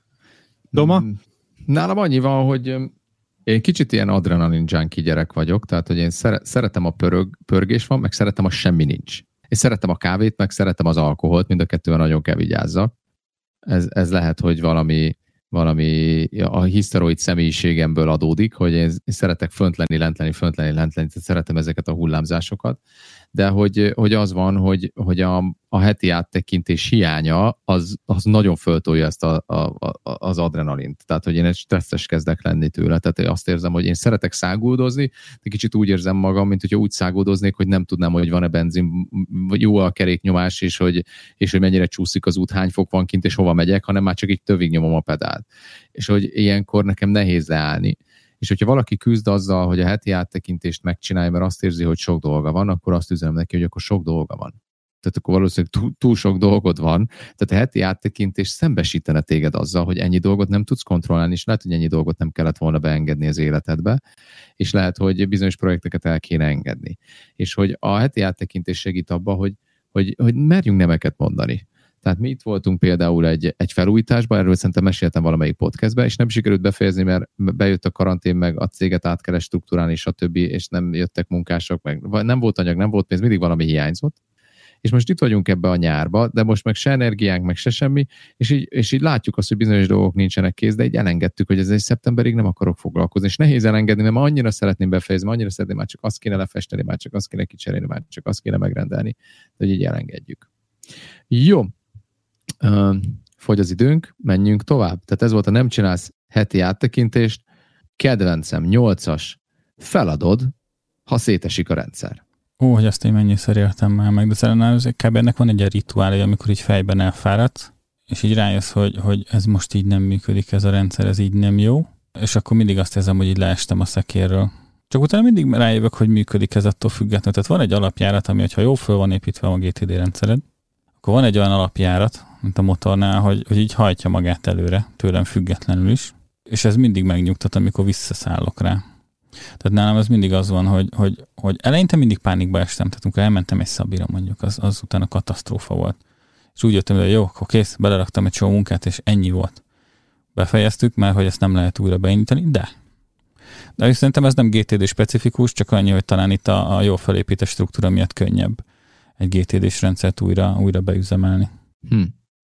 Doma? Nálam annyi van, hogy én kicsit ilyen adrenalin junkie gyerek vagyok, tehát hogy én szeretem a pörög, pörgés van, meg szeretem a semmi nincs. Én szeretem a kávét, meg szeretem az alkoholt, mind a kettővel nagyon kell vigyázzak. Ez, ez lehet, hogy valami, valami a hiszteroid személyiségemből adódik, hogy én, én szeretek fönt lenni, lent lenni, fönt lenni, lent lenni, tehát szeretem ezeket a hullámzásokat, de hogy, hogy az van, hogy, hogy a, a heti áttekintés hiánya az, az nagyon föltolja ezt a, a, a, az adrenalint. Tehát, hogy én egy stresszes kezdek lenni tőle. Tehát azt érzem, hogy én szeretek száguldozni, de kicsit úgy érzem magam, mint hogyha úgy száguldoznék, hogy nem tudnám, hogy van-e benzin, vagy jó a keréknyomás, és hogy, és hogy mennyire csúszik az út, hány fok van kint, és hova megyek, hanem már csak így tövig nyomom a pedált. És hogy ilyenkor nekem nehéz leállni. És hogyha valaki küzd azzal, hogy a heti áttekintést megcsinálja, mert azt érzi, hogy sok dolga van, akkor azt üzenem neki, hogy akkor sok dolga van. Tehát akkor valószínűleg túl, túl sok dolgod van. Tehát a heti áttekintés szembesítene téged azzal, hogy ennyi dolgot nem tudsz kontrollálni, és lehet, hogy ennyi dolgot nem kellett volna beengedni az életedbe, és lehet, hogy bizonyos projekteket el kéne engedni. És hogy a heti áttekintés segít abba, hogy, hogy, hogy merjünk nemeket mondani. Tehát mi itt voltunk például egy, egy felújításban, erről szerintem meséltem valamelyik podcastben, és nem sikerült befejezni, mert bejött a karantén, meg a céget át kellett struktúrálni, és a többi, és nem jöttek munkások, meg nem volt anyag, nem volt pénz, mindig valami hiányzott. És most itt vagyunk ebbe a nyárba, de most meg se energiánk, meg se semmi, és így, és így látjuk azt, hogy bizonyos dolgok nincsenek kész, de így elengedtük, hogy ez egy szeptemberig nem akarok foglalkozni, és nehéz elengedni, mert annyira szeretném befejezni, annyira szeretném, már csak azt kéne lefesteni, már csak azt kéne kicserélni, már csak azt kéne megrendelni, de hogy így elengedjük. Jó. Uh, fogy az időnk, menjünk tovább. Tehát ez volt a nem csinálsz heti áttekintést. Kedvencem, nyolcas, feladod, ha szétesik a rendszer. Ó, hogy azt én mennyiszer értem már meg, de szerintem kb. Ennek van egy ilyen rituálja, amikor így fejben elfáradsz, és így rájössz, hogy, hogy ez most így nem működik, ez a rendszer, ez így nem jó, és akkor mindig azt érzem, hogy így leestem a szekérről. Csak utána mindig rájövök, hogy működik ez attól függetlenül. Tehát van egy alapjárat, ami, hogyha jó föl van építve a gé té dé rendszered, akkor van egy olyan alapjárat, mint a motornál, hogy, hogy így hajtja magát előre, tőlem függetlenül is, és ez mindig megnyugtat, amikor visszaszállok rá. Tehát nálam ez mindig az van, hogy, hogy, hogy eleinte mindig pánikba estem, tehát amikor elmentem egy szabira mondjuk, az, az utána katasztrófa volt. És úgy jöttem, hogy jó, akkor kész, beleraktam egy csomó munkát, és ennyi volt. Befejeztük, mert hogy ezt nem lehet újra beindítani, de. De szerintem ez nem gé té dé specifikus, csak annyi, hogy talán itt a, a jó felépített struktúra miatt könnyebb egy gé té dés rendszert újra, újra beüzemelni. Hm.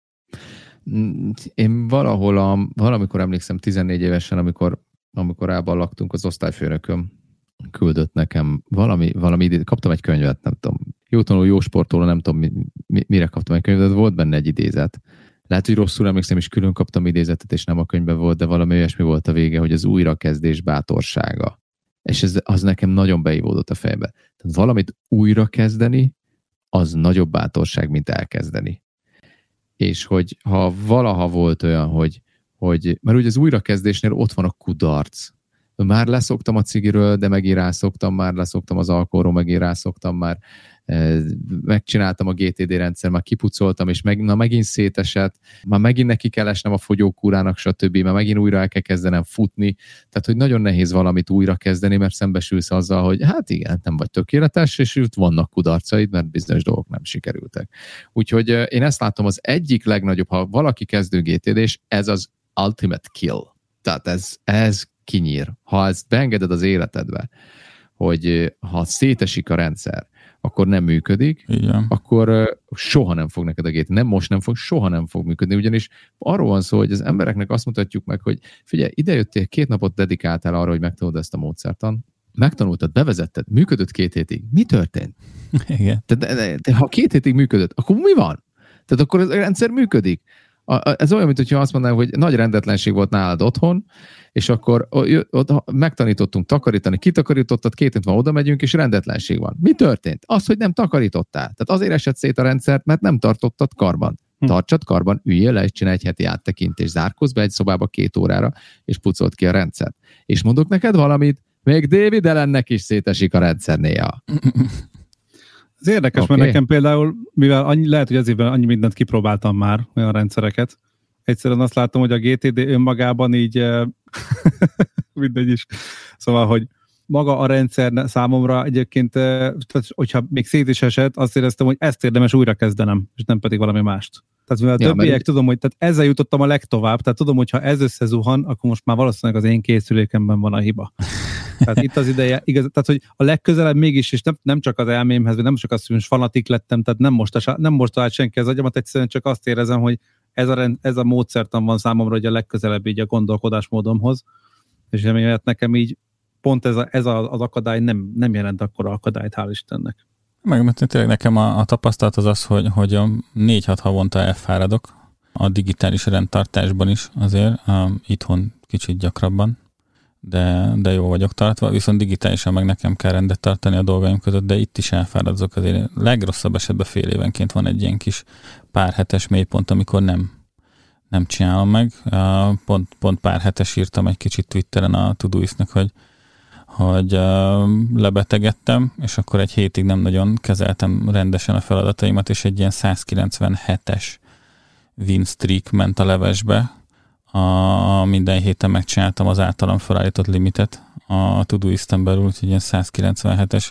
Én valahol, a, valamikor emlékszem tizennégy évesen, amikor, amikor Ában laktunk, az osztályfőnököm küldött nekem valami, valami idézet, kaptam egy könyvet, nem tudom, jó tanuló, jó sportoló, nem tudom, mi, mi, mire kaptam egy könyvet, de volt benne egy idézet. Lehet, hogy rosszul emlékszem, és külön kaptam idézetet, és nem a könyvben volt, de valami olyasmi volt a vége, hogy az újrakezdés bátorsága. És ez, az nekem nagyon beívódott a fejbe. Tehát valamit újrakezdeni, az nagyobb bátorság, mint elkezdeni. És hogy ha valaha volt olyan, hogy, hogy mert ugye az újrakezdésnél ott van a kudarc. Már leszoktam a cigiről, de megint rászoktam, már leszoktam az alkoholról, megint rászoktam, már megcsináltam a gé té dé rendszer, már kipucoltam, és meg, na megint szétesett, már megint neki kell esnem a fogyókúrának, stb., már megint újra el kell kezdenem futni, tehát hogy nagyon nehéz valamit újra kezdeni, mert szembesülsz azzal, hogy hát igen, nem vagy tökéletes, és itt vannak kudarcaid, mert bizonyos dolgok nem sikerültek. Úgyhogy én ezt látom az egyik legnagyobb, ha valaki kezdő gé té dés, ez az ultimate kill. Tehát ez, ez kinyír. Ha ezt beengeded az életedbe, hogy ha szétesik a rendszer, akkor nem működik, Igen. akkor uh, soha nem fog neked a gé té, nem most nem fog, soha nem fog működni, ugyanis arról van szó, hogy az embereknek azt mutatjuk meg, hogy figyelj, idejöttél, két napot dedikáltál arra, hogy megtanuld ezt a módszertan, megtanultad, bevezetted, működött két hétig. Mi történt? Igen. Te, de, de, de, ha két hétig működött, akkor mi van? Tehát akkor a rendszer működik. A, a, ez olyan, mint hogyha azt mondanám, hogy nagy rendetlenség volt nálad otthon, és akkor ott megtanítottunk takarítani, kitakarítottad, két hét van oda megyünk, és rendetlenség van. Mi történt? Az, hogy nem takarítottál. Tehát azért esett szét a rendszert, mert nem tartottad karban. Tartsad karban, üljél le, és csinálj egy heti áttekintést. Zárkózz be egy szobába két órára, és pucolt ki a rendszert. És mondok neked valamit, még David Allennek is szétesik a rendszer néha. Ez érdekes, okay. Mert nekem például, mivel annyi, lehet, hogy az évben annyi mindent kipróbáltam már, olyan rendszereket, egyszerűen azt látom, hogy a gé té dé önmagában így mindegy is. Szóval, hogy maga a rendszer számomra egyébként, tehát, hogyha még szét is esett, azt éreztem, hogy ezt érdemes újra kezdenem, és nem pedig valami mást. Tehát mivel ja, többiek, mert... tudom, hogy tehát ezzel jutottam a legtovább, tehát tudom, hogy ha ez összezuhan, akkor most már valószínűleg az én készülékemben van a hiba. Tehát itt az ideje, igaz, tehát hogy a legközelebb mégis, és nem, nem csak az elmémhez, vagy nem csak azt, hogy most fanatik lettem, tehát nem most, nem most talált senki az agyamat, egyszerűen csak azt érezem, hogy ez a, rend, ez a módszertan van számomra, hogy a legközelebb így a gondolkodásmódomhoz, és emiatt nekem így pont ez, a, ez a, az akadály nem, nem jelent akkora akadályt, hál' Istennek. Meg mert tényleg nekem a, a tapasztalat az az, hogy, hogy a négy-hat havonta elfáradok a digitális rendtartásban is azért, um, itthon kicsit gyakrabban, de, de jó vagyok tartva, viszont digitálisan meg nekem kell rendet tartani a dolgaim között, de itt is elfáradok azért. Legrosszabb esetben fél évenként van egy ilyen kis pár hetes mélypont, amikor nem, nem csinálom meg. Uh, pont, pont pár hetes írtam egy kicsit Twitteren a Todoistnek, hogy hogy uh, lebetegedtem, és akkor egy hétig nem nagyon kezeltem rendesen a feladataimat, és egy ilyen százkilencvenhetes win streak ment a levesbe. A, minden héten megcsináltam az általam felállított limitet a Todoisten belül, úgyhogy ilyen százkilencvenhetes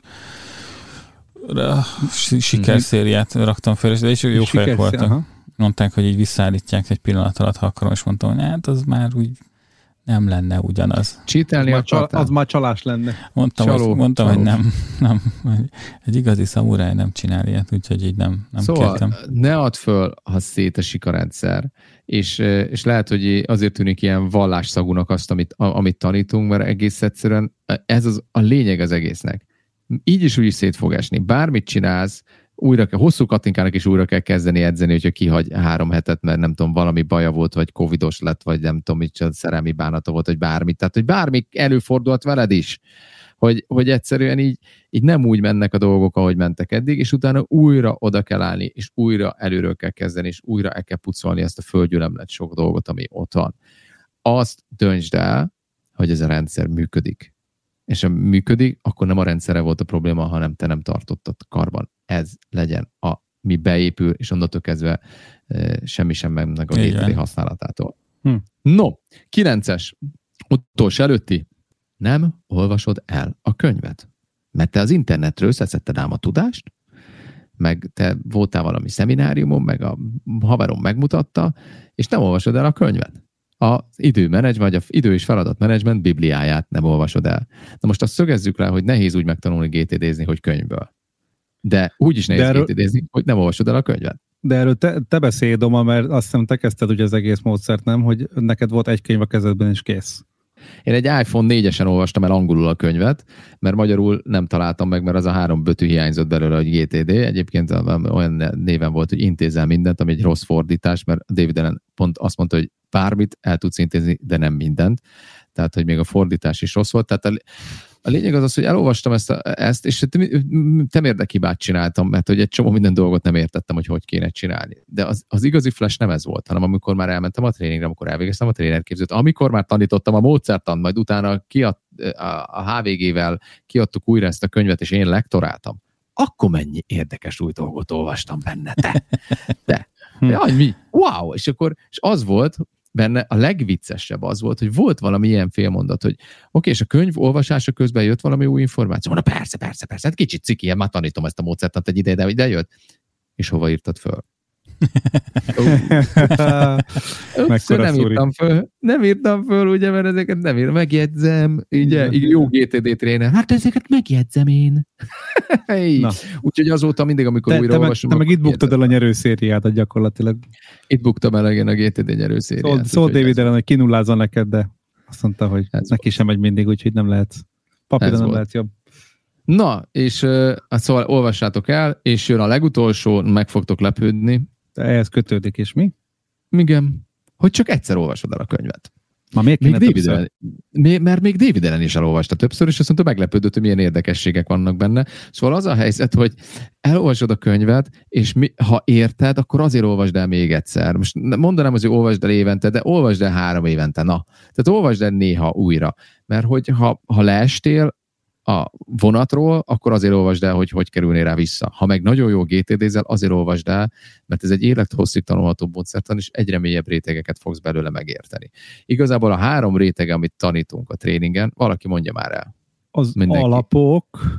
sikerszériát raktam fel, és jó fejek voltak. Aha. Mondták, hogy így visszaállítják egy pillanat alatt, ha akarom, és mondtam, hogy hát az már úgy nem lenne ugyanaz. Csítelni az, csal, az már csalás lenne. Mondtam, Csaló, hogy, mondtam hogy nem, nem. Egy igazi szamuráj nem csinál ilyet, úgyhogy így nem, nem szóval kértem. Ne add föl, ha szétesik a rendszer, és, és lehet, hogy azért tűnik ilyen vallásszagúnak azt, amit, amit tanítunk, mert egész egyszerűen ez az, a lényeg az egésznek. Így is úgy is szét fog esni. Bármit csinálsz, újra kell, hosszú Katinkának is újra kell kezdeni edzeni, hogyha kihagy három hetet, mert nem tudom, valami baja volt, vagy covidos lett, vagy nem tudom, mit szerelmi bánata volt, vagy bármi. Tehát, hogy bármi előfordult veled is, hogy, hogy egyszerűen így, így nem úgy mennek a dolgok, ahogy mentek eddig, és utána újra oda kell állni, és újra előről kell kezdeni, és újra el kell pucolni ezt a földgyülemlet sok dolgot, ami ott van. Azt döntsd el, hogy ez a rendszer működik. És ha működik, akkor nem a rendszere volt a probléma, hanem te nem tartottad karban. Ez legyen a mi beépül, és onnantól kezdve e, semmi sem mennek a gé té dé használatától. Hm. No, kilences, utolsó előtti, nem olvasod el a könyvet. Mert te az internetről összeszedted ám a tudást, meg te voltál valami szemináriumon, meg a haverom megmutatta, és nem olvasod el a könyvet. Az időmenedzsment, vagy az idő- és feladatmenedzsment bibliáját nem olvasod el. Na most azt szögezzük le, hogy nehéz úgy megtanulni gé té dézni, hogy könyvből. De úgy is nehéz erről... gé té dézni, hogy nem olvasod el a könyvet. De erről te, te beszélj, Doma, mert azt hiszem te kezdted ugye az egész módszert, nem? Hogy neked volt egy könyv a kezedben, és kész. Én egy iPhone négyesen olvastam el angolul a könyvet, mert magyarul nem találtam meg, mert az a három betű hiányzott belőle, hogy gé té dé. Egyébként olyan néven volt, hogy intézel mindent, ami egy rossz fordítás, mert David Allen pont azt mondta, hogy bármit el tudsz intézni, de nem mindent. Tehát, hogy még a fordítás is rossz volt. Tehát a, a lényeg az az, hogy elolvastam ezt, a, ezt és temérdekibát csináltam, mert hogy egy csomó minden dolgot nem értettem, hogy hogy kéne csinálni. De az, az igazi flash nem ez volt, hanem amikor már elmentem a tréningre, amikor elvégeztem a trénerképzőt, amikor már tanítottam a módszertant, majd utána kiad, a, a há vé gé-vel kiadtuk újra ezt a könyvet, és én lektoráltam. Akkor mennyi érdekes új dolgot olvastam benne, te! Te! Jaj, mi? Wow! És akkor és az volt, benne a legviccesebb az volt, hogy volt valami ilyen félmondat, hogy oké, okay, és a könyv olvasása közben jött valami új információ. Na persze, persze, persze, hát kicsit ciki, már tanítom ezt a módszertant egy ideje, de ide jött. És hova írtad föl? Ups, nem írtam föl, nem írtam föl, ugye, mert ezeket nem írom, megjegyzem, ugye, jó gé té dé tréner, hát ezeket megjegyzem én. Hey. Úgyhogy azóta mindig, amikor te, újra te olvasom. Te meg itt buktad el a nyerőszériádat gyakorlatilag. Itt buktam el igen a gé té dé nyerőszériát. Szól David ellen, hogy kinullázza neked, de azt mondta, hogy ez neki volt. Sem megy mindig, úgyhogy nem lehet. Papíron nem volt. Lehet jobb. Na, és uh, szóval olvassátok el, és jön a legutolsó, meg fogtok lepődni. De ehhez kötődik, és mi? Igen, hogy csak egyszer olvasod el a könyvet. Ma még még David ellen, mert még David ellen is elolvasta többször, és azt mondta, meglepődött, hogy milyen érdekességek vannak benne. Szóval az a helyzet, hogy elolvasod a könyvet, és mi, ha érted, akkor azért olvasd el még egyszer. Most mondanám, hogy olvasd el évente, de olvasd el három évente, na. Tehát olvasd el néha újra. Mert hogy ha, ha leestél a vonatról, akkor azért olvasd el, hogy hogy kerülnél rá vissza. Ha meg nagyon jó gé té dé-zel, azért olvasd el, mert ez egy élethosszig tanulható módszertan, és egyre mélyebb rétegeket fogsz belőle megérteni. Igazából a három rétege, amit tanítunk a tréningen, valaki mondja már el. Az mindenki. Alapok.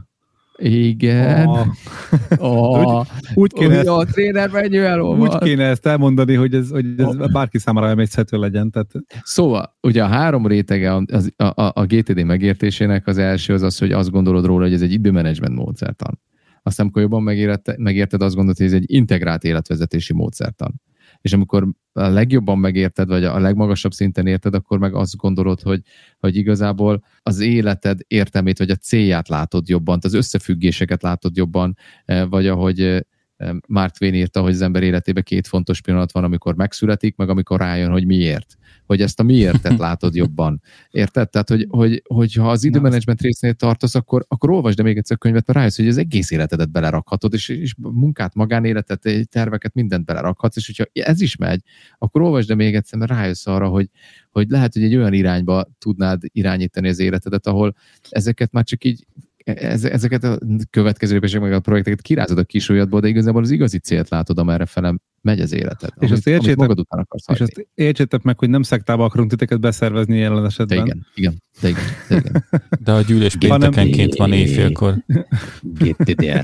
Igen. A... A... úgy, úgy kéne ezt... a tréner menjő elolvad. Úgy kéne ezt elmondani, hogy ez, hogy ez a... bárki számára emészhető legyen. Tehát... Szóval, ugye a három rétege a, a, a, a gé té dé megértésének az első az az, hogy azt gondolod róla, hogy ez egy időmenedzsment módszertan. Aztán, amikor jobban megérted, megérted, azt gondolod, hogy ez egy integrált életvezetési módszertan. És amikor a legjobban megérted, vagy a legmagasabb szinten érted, akkor meg azt gondolod, hogy, hogy igazából az életed értelmét, vagy a célját látod jobban, az összefüggéseket látod jobban, vagy ahogy Mark Twain írta, hogy az ember életében két fontos pillanat van, amikor megszületik, meg amikor rájön, hogy miért. Hogy ezt a miértet látod jobban. Érted? Tehát, hogy, hogy, hogy ha az időmenedzsment résznél tartasz, akkor, akkor olvasd de még egyszer a könyvet, mert rájössz, hogy az egész életedet belerakhatod, és, és munkát, magánéletet, terveket, mindent belerakhatsz, és hogyha ez is megy, akkor olvasd de még egyszer, mert rájössz arra, hogy, hogy lehet, hogy egy olyan irányba tudnád irányítani az életedet, ahol ezeket már csak így ezeket a következő lépések meg a projekteket kirázod a kis ujjadból, de igazából az igazi célt látod, amerre fele megy az életed. És amit, azt értsétek, magad után akarsz és azt értsétek meg, hogy nem szektába akarunk titeket beszervezni jelen esetben. De igen, igen, de igen, de igen. De a gyűlés péntekenként van éjfélkor. Így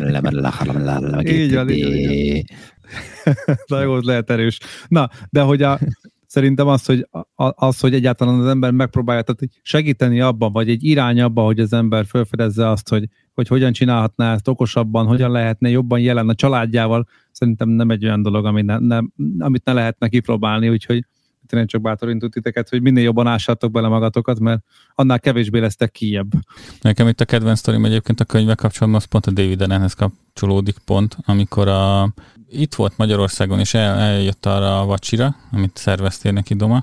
van, így van. Jó, lehet erős. Na, de hogy a szerintem az, hogy, az, hogy egyáltalán az ember megpróbálja tehát segíteni abban, vagy egy irány abban, hogy az ember felfedezze azt, hogy, hogy hogyan csinálhatná ezt okosabban, hogyan lehetne jobban jelen a családjával, szerintem nem egy olyan dolog, amit ne, ne, amit ne lehetne kipróbálni, úgyhogy én csak bátorítom titeket, hogy minél jobban ássátok bele magatokat, mert annál kevésbé lesztek kijebb. Nekem itt a kedvenc sztorim egyébként a könyvvel kapcsolatban, az pont a David Allenhez kapcsolódik pont, amikor a, itt volt Magyarországon, és el, eljött arra a vacsira, amit szerveztél neki Doma,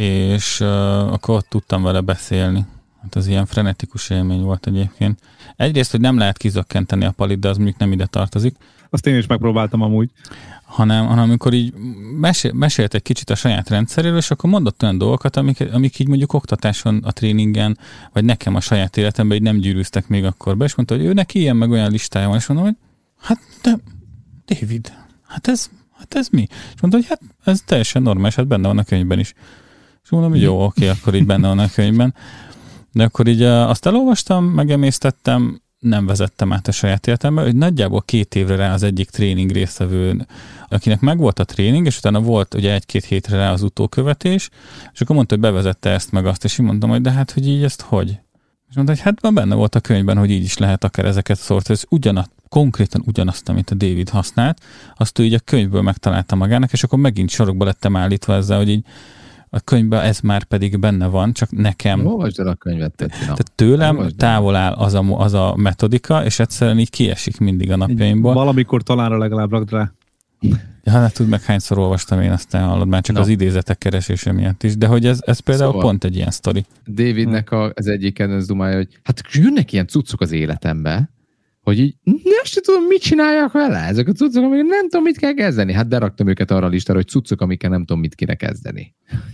és uh, akkor ott tudtam vele beszélni. Hát az ilyen frenetikus élmény volt egyébként. Egyrészt, hogy nem lehet kizökkenteni a palit, de az mondjuk nem ide tartozik. Azt én is megpróbáltam amúgy. Hanem, hanem amikor így mesél, mesélt egy kicsit a saját rendszeréről, és akkor mondott olyan dolgokat, amik, amik így mondjuk oktatáson, a tréningen, vagy nekem a saját életemben így nem gyűrűztek még akkor be, és mondta, hogy ő neki ilyen meg olyan listája van, és mondom, hogy hát de David, hát ez, hát ez mi? És mondta, hogy hát ez teljesen normális, hát benne van a könyvben is. És mondom, hogy jó, oké, akkor így benne van a könyvben. De akkor így azt elolvastam, megemésztettem, nem vezettem át a saját életembe, hogy nagyjából két évre rá az egyik tréning résztvevő, akinek megvolt a tréning, és utána volt ugye egy-két hétre rá az utókövetés, és akkor mondta, hogy bevezette ezt meg azt, és én mondtam, hogy de hát, hogy így ezt hogy? És mondta, hogy hát benne volt a könyvben, hogy így is lehet akár ezeket szólt, ez ugyanaz, konkrétan ugyanazt, amit a David használt, azt ő így a könyvből megtalálta magának, és akkor megint sorokba lettem állítva ezzel, hogy így a könyvben ez már pedig benne van, csak nekem... Olvasd el a könyvet, Teti. Tehát tőlem távol áll az a, az a metodika, és egyszerűen így kiesik mindig a napjaimból. Valamikor talánra legalább rakd rá. Ja, hát tud meg hányszor olvastam én, aztán hallod már csak no. az idézetek keresése miatt is, de hogy ez, ez például szóval pont egy ilyen sztori. Davidnek a, az egyik kedvenc dumája, hogy hát jönnek ilyen cuccok az életembe, hogy így nem sem tudom, mit csináljak vele. Ezek a cuccok, amiket nem tudom, mit kell kezdeni. Hát beraktam őket arra a listára, hogy cuccok, amikkel nem tudom, mit kéne kezdeni.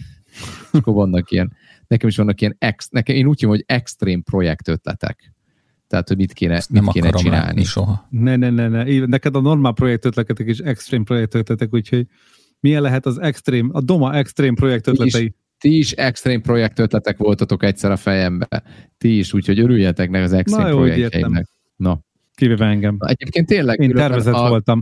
Akkor vannak ilyen, nekem is vannak ilyen, ex, nekem, én úgy hívom, hogy extrém projektötletek. Tehát, hogy mit kéne, mit kéne csinálni. Soha. Ne, ne, ne, ne. Neked a normál projektötletek is extrém projektötletek, úgyhogy milyen lehet az extrém, a Doma extrém projektötletei? Ti is extrém projektötletek voltatok egyszer a fejembe. Ti is, úgyhogy örüljetek meg az extrém projektjeimnek. Na. Kivéve engem. Na, egyébként tényleg... Én tervezett a, voltam.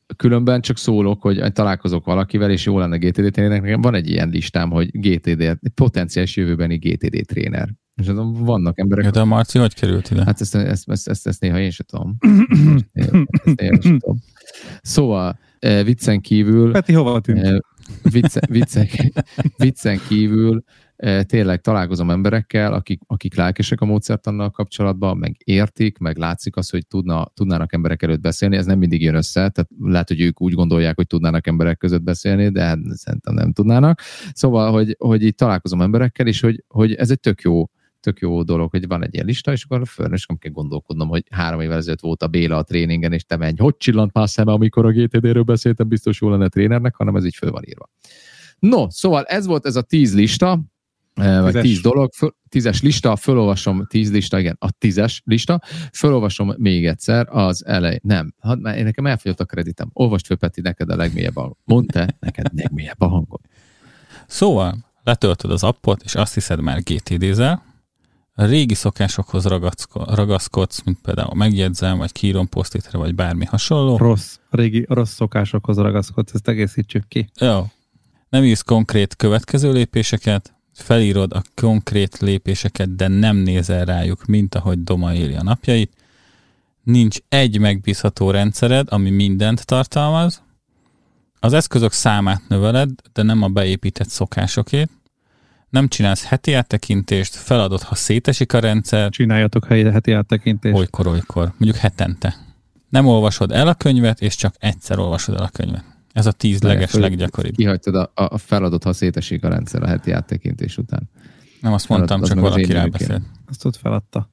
különben csak szólok, hogy találkozok valakivel, és jó lenne gé té dé trénernek. Nekem van egy ilyen listám, hogy gé té dé, potenciális jövőbeni gé té dé tréner. És azon vannak emberek... Ja, de a Marci hogy került ide? Hát ezt, ezt, ezt, ezt, ezt néha én sem tudom. Ezt néha sem tudom. Szóval viccen kívül... Peti, hova tűnt? Viccen, viccen, viccen kívül tényleg találkozom emberekkel, akik, akik lelkesek a módszertannal kapcsolatban, meg értik, meg látszik az, hogy tudna, tudnának emberek előtt beszélni. Ez nem mindig jön össze, tehát lehet, hogy ők úgy gondolják, hogy tudnának emberek között beszélni, de hát szerintem nem tudnának. Szóval, hogy, hogy itt találkozom emberekkel, és hogy, hogy ez egy tök jó, tök jó dolog, hogy van egy ilyen lista, és akkor föl, és nem kell gondolkodnom, hogy három évvel ezelőtt volt a Béla a tréningen, és te menj, hogy csillant már szeme, amikor a gé té dé-ről beszéltem, biztos jó lenne trénernek, hanem ez így föl van írva. No, szóval ez volt ez a tíz lista, vagy tízes. tíz dolog, föl, tízes lista, fölolvasom, tíz lista, igen, a tízes lista, fölolvasom még egyszer az elej, nem, hát már én nekem elfogyott a kreditem, olvast föl, Peti, neked a legmélyebb a hangod. Mondd te, neked legmélyebb a hangod. Szóval letöltöd az appot, és azt hiszed már gé té dé-zel, a régi szokásokhoz ragaszkodsz, mint például megjegyzem, vagy kiírom posztitre, vagy bármi hasonló. Rossz, a régi rossz szokásokhoz ragaszkodsz, ezt egészítsük ki. Jó. Nem írsz konkrét következő lépéseket, felírod a konkrét lépéseket, de nem nézel rájuk, mint ahogy Doma éli a napjait. Nincs egy megbízható rendszered, ami mindent tartalmaz. Az eszközök számát növeled, de nem a beépített szokásokét. Nem csinálsz heti áttekintést, feladod, ha szétesik a rendszer. Csináljatok heti áttekintést. Olykor, olykor. Mondjuk hetente. Nem olvasod el a könyvet, és csak egyszer olvasod el a könyvet. Ez a tíz leges, leggyakoribb. Kihagytad a, a feladot, ha szétesik a rendszer a heti áttekintés után. Nem, azt mondtam, csak valaki rábeszélt. Azt ott feladta.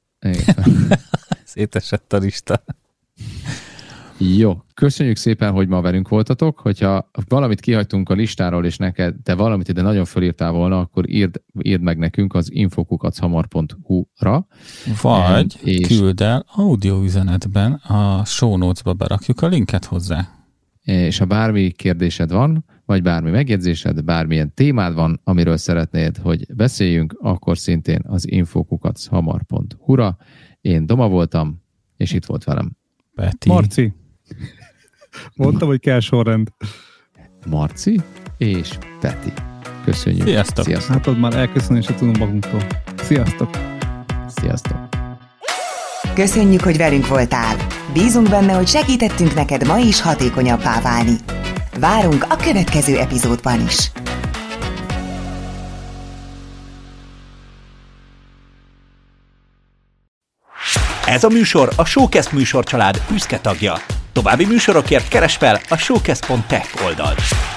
Szétesett a lista. Jó, köszönjük szépen, hogy ma velünk voltatok. Hogyha valamit kihagytunk a listáról, és neked te valamit ide nagyon fölírtál volna, akkor írd, írd meg nekünk az infokukachamar pont hu-ra. Vagy és küld el audioüzenetben, a show notes-ba berakjuk a linket hozzá. És ha bármi kérdésed van, vagy bármi megjegyzésed, bármilyen témád van, amiről szeretnéd, hogy beszéljünk, akkor szintén az infokukachamar pont hu-ra. Én Doma voltam, és itt volt velem Peti. Marci. Mondtam, hogy kell sorrend. Marci és Peti. Köszönjük. Sziasztok. Sziasztok. Hát ott már elköszönni se tudunk magunktól. Sziasztok. Sziasztok. Köszönjük, hogy velünk voltál. Bízunk benne, hogy segítettünk neked ma is hatékonyabbá válni. Várunk a következő epizódban is. Ez a műsor a Showcast műsorcsalád büszke tagja. További műsorokért keresd fel a showcast pont tech oldalt.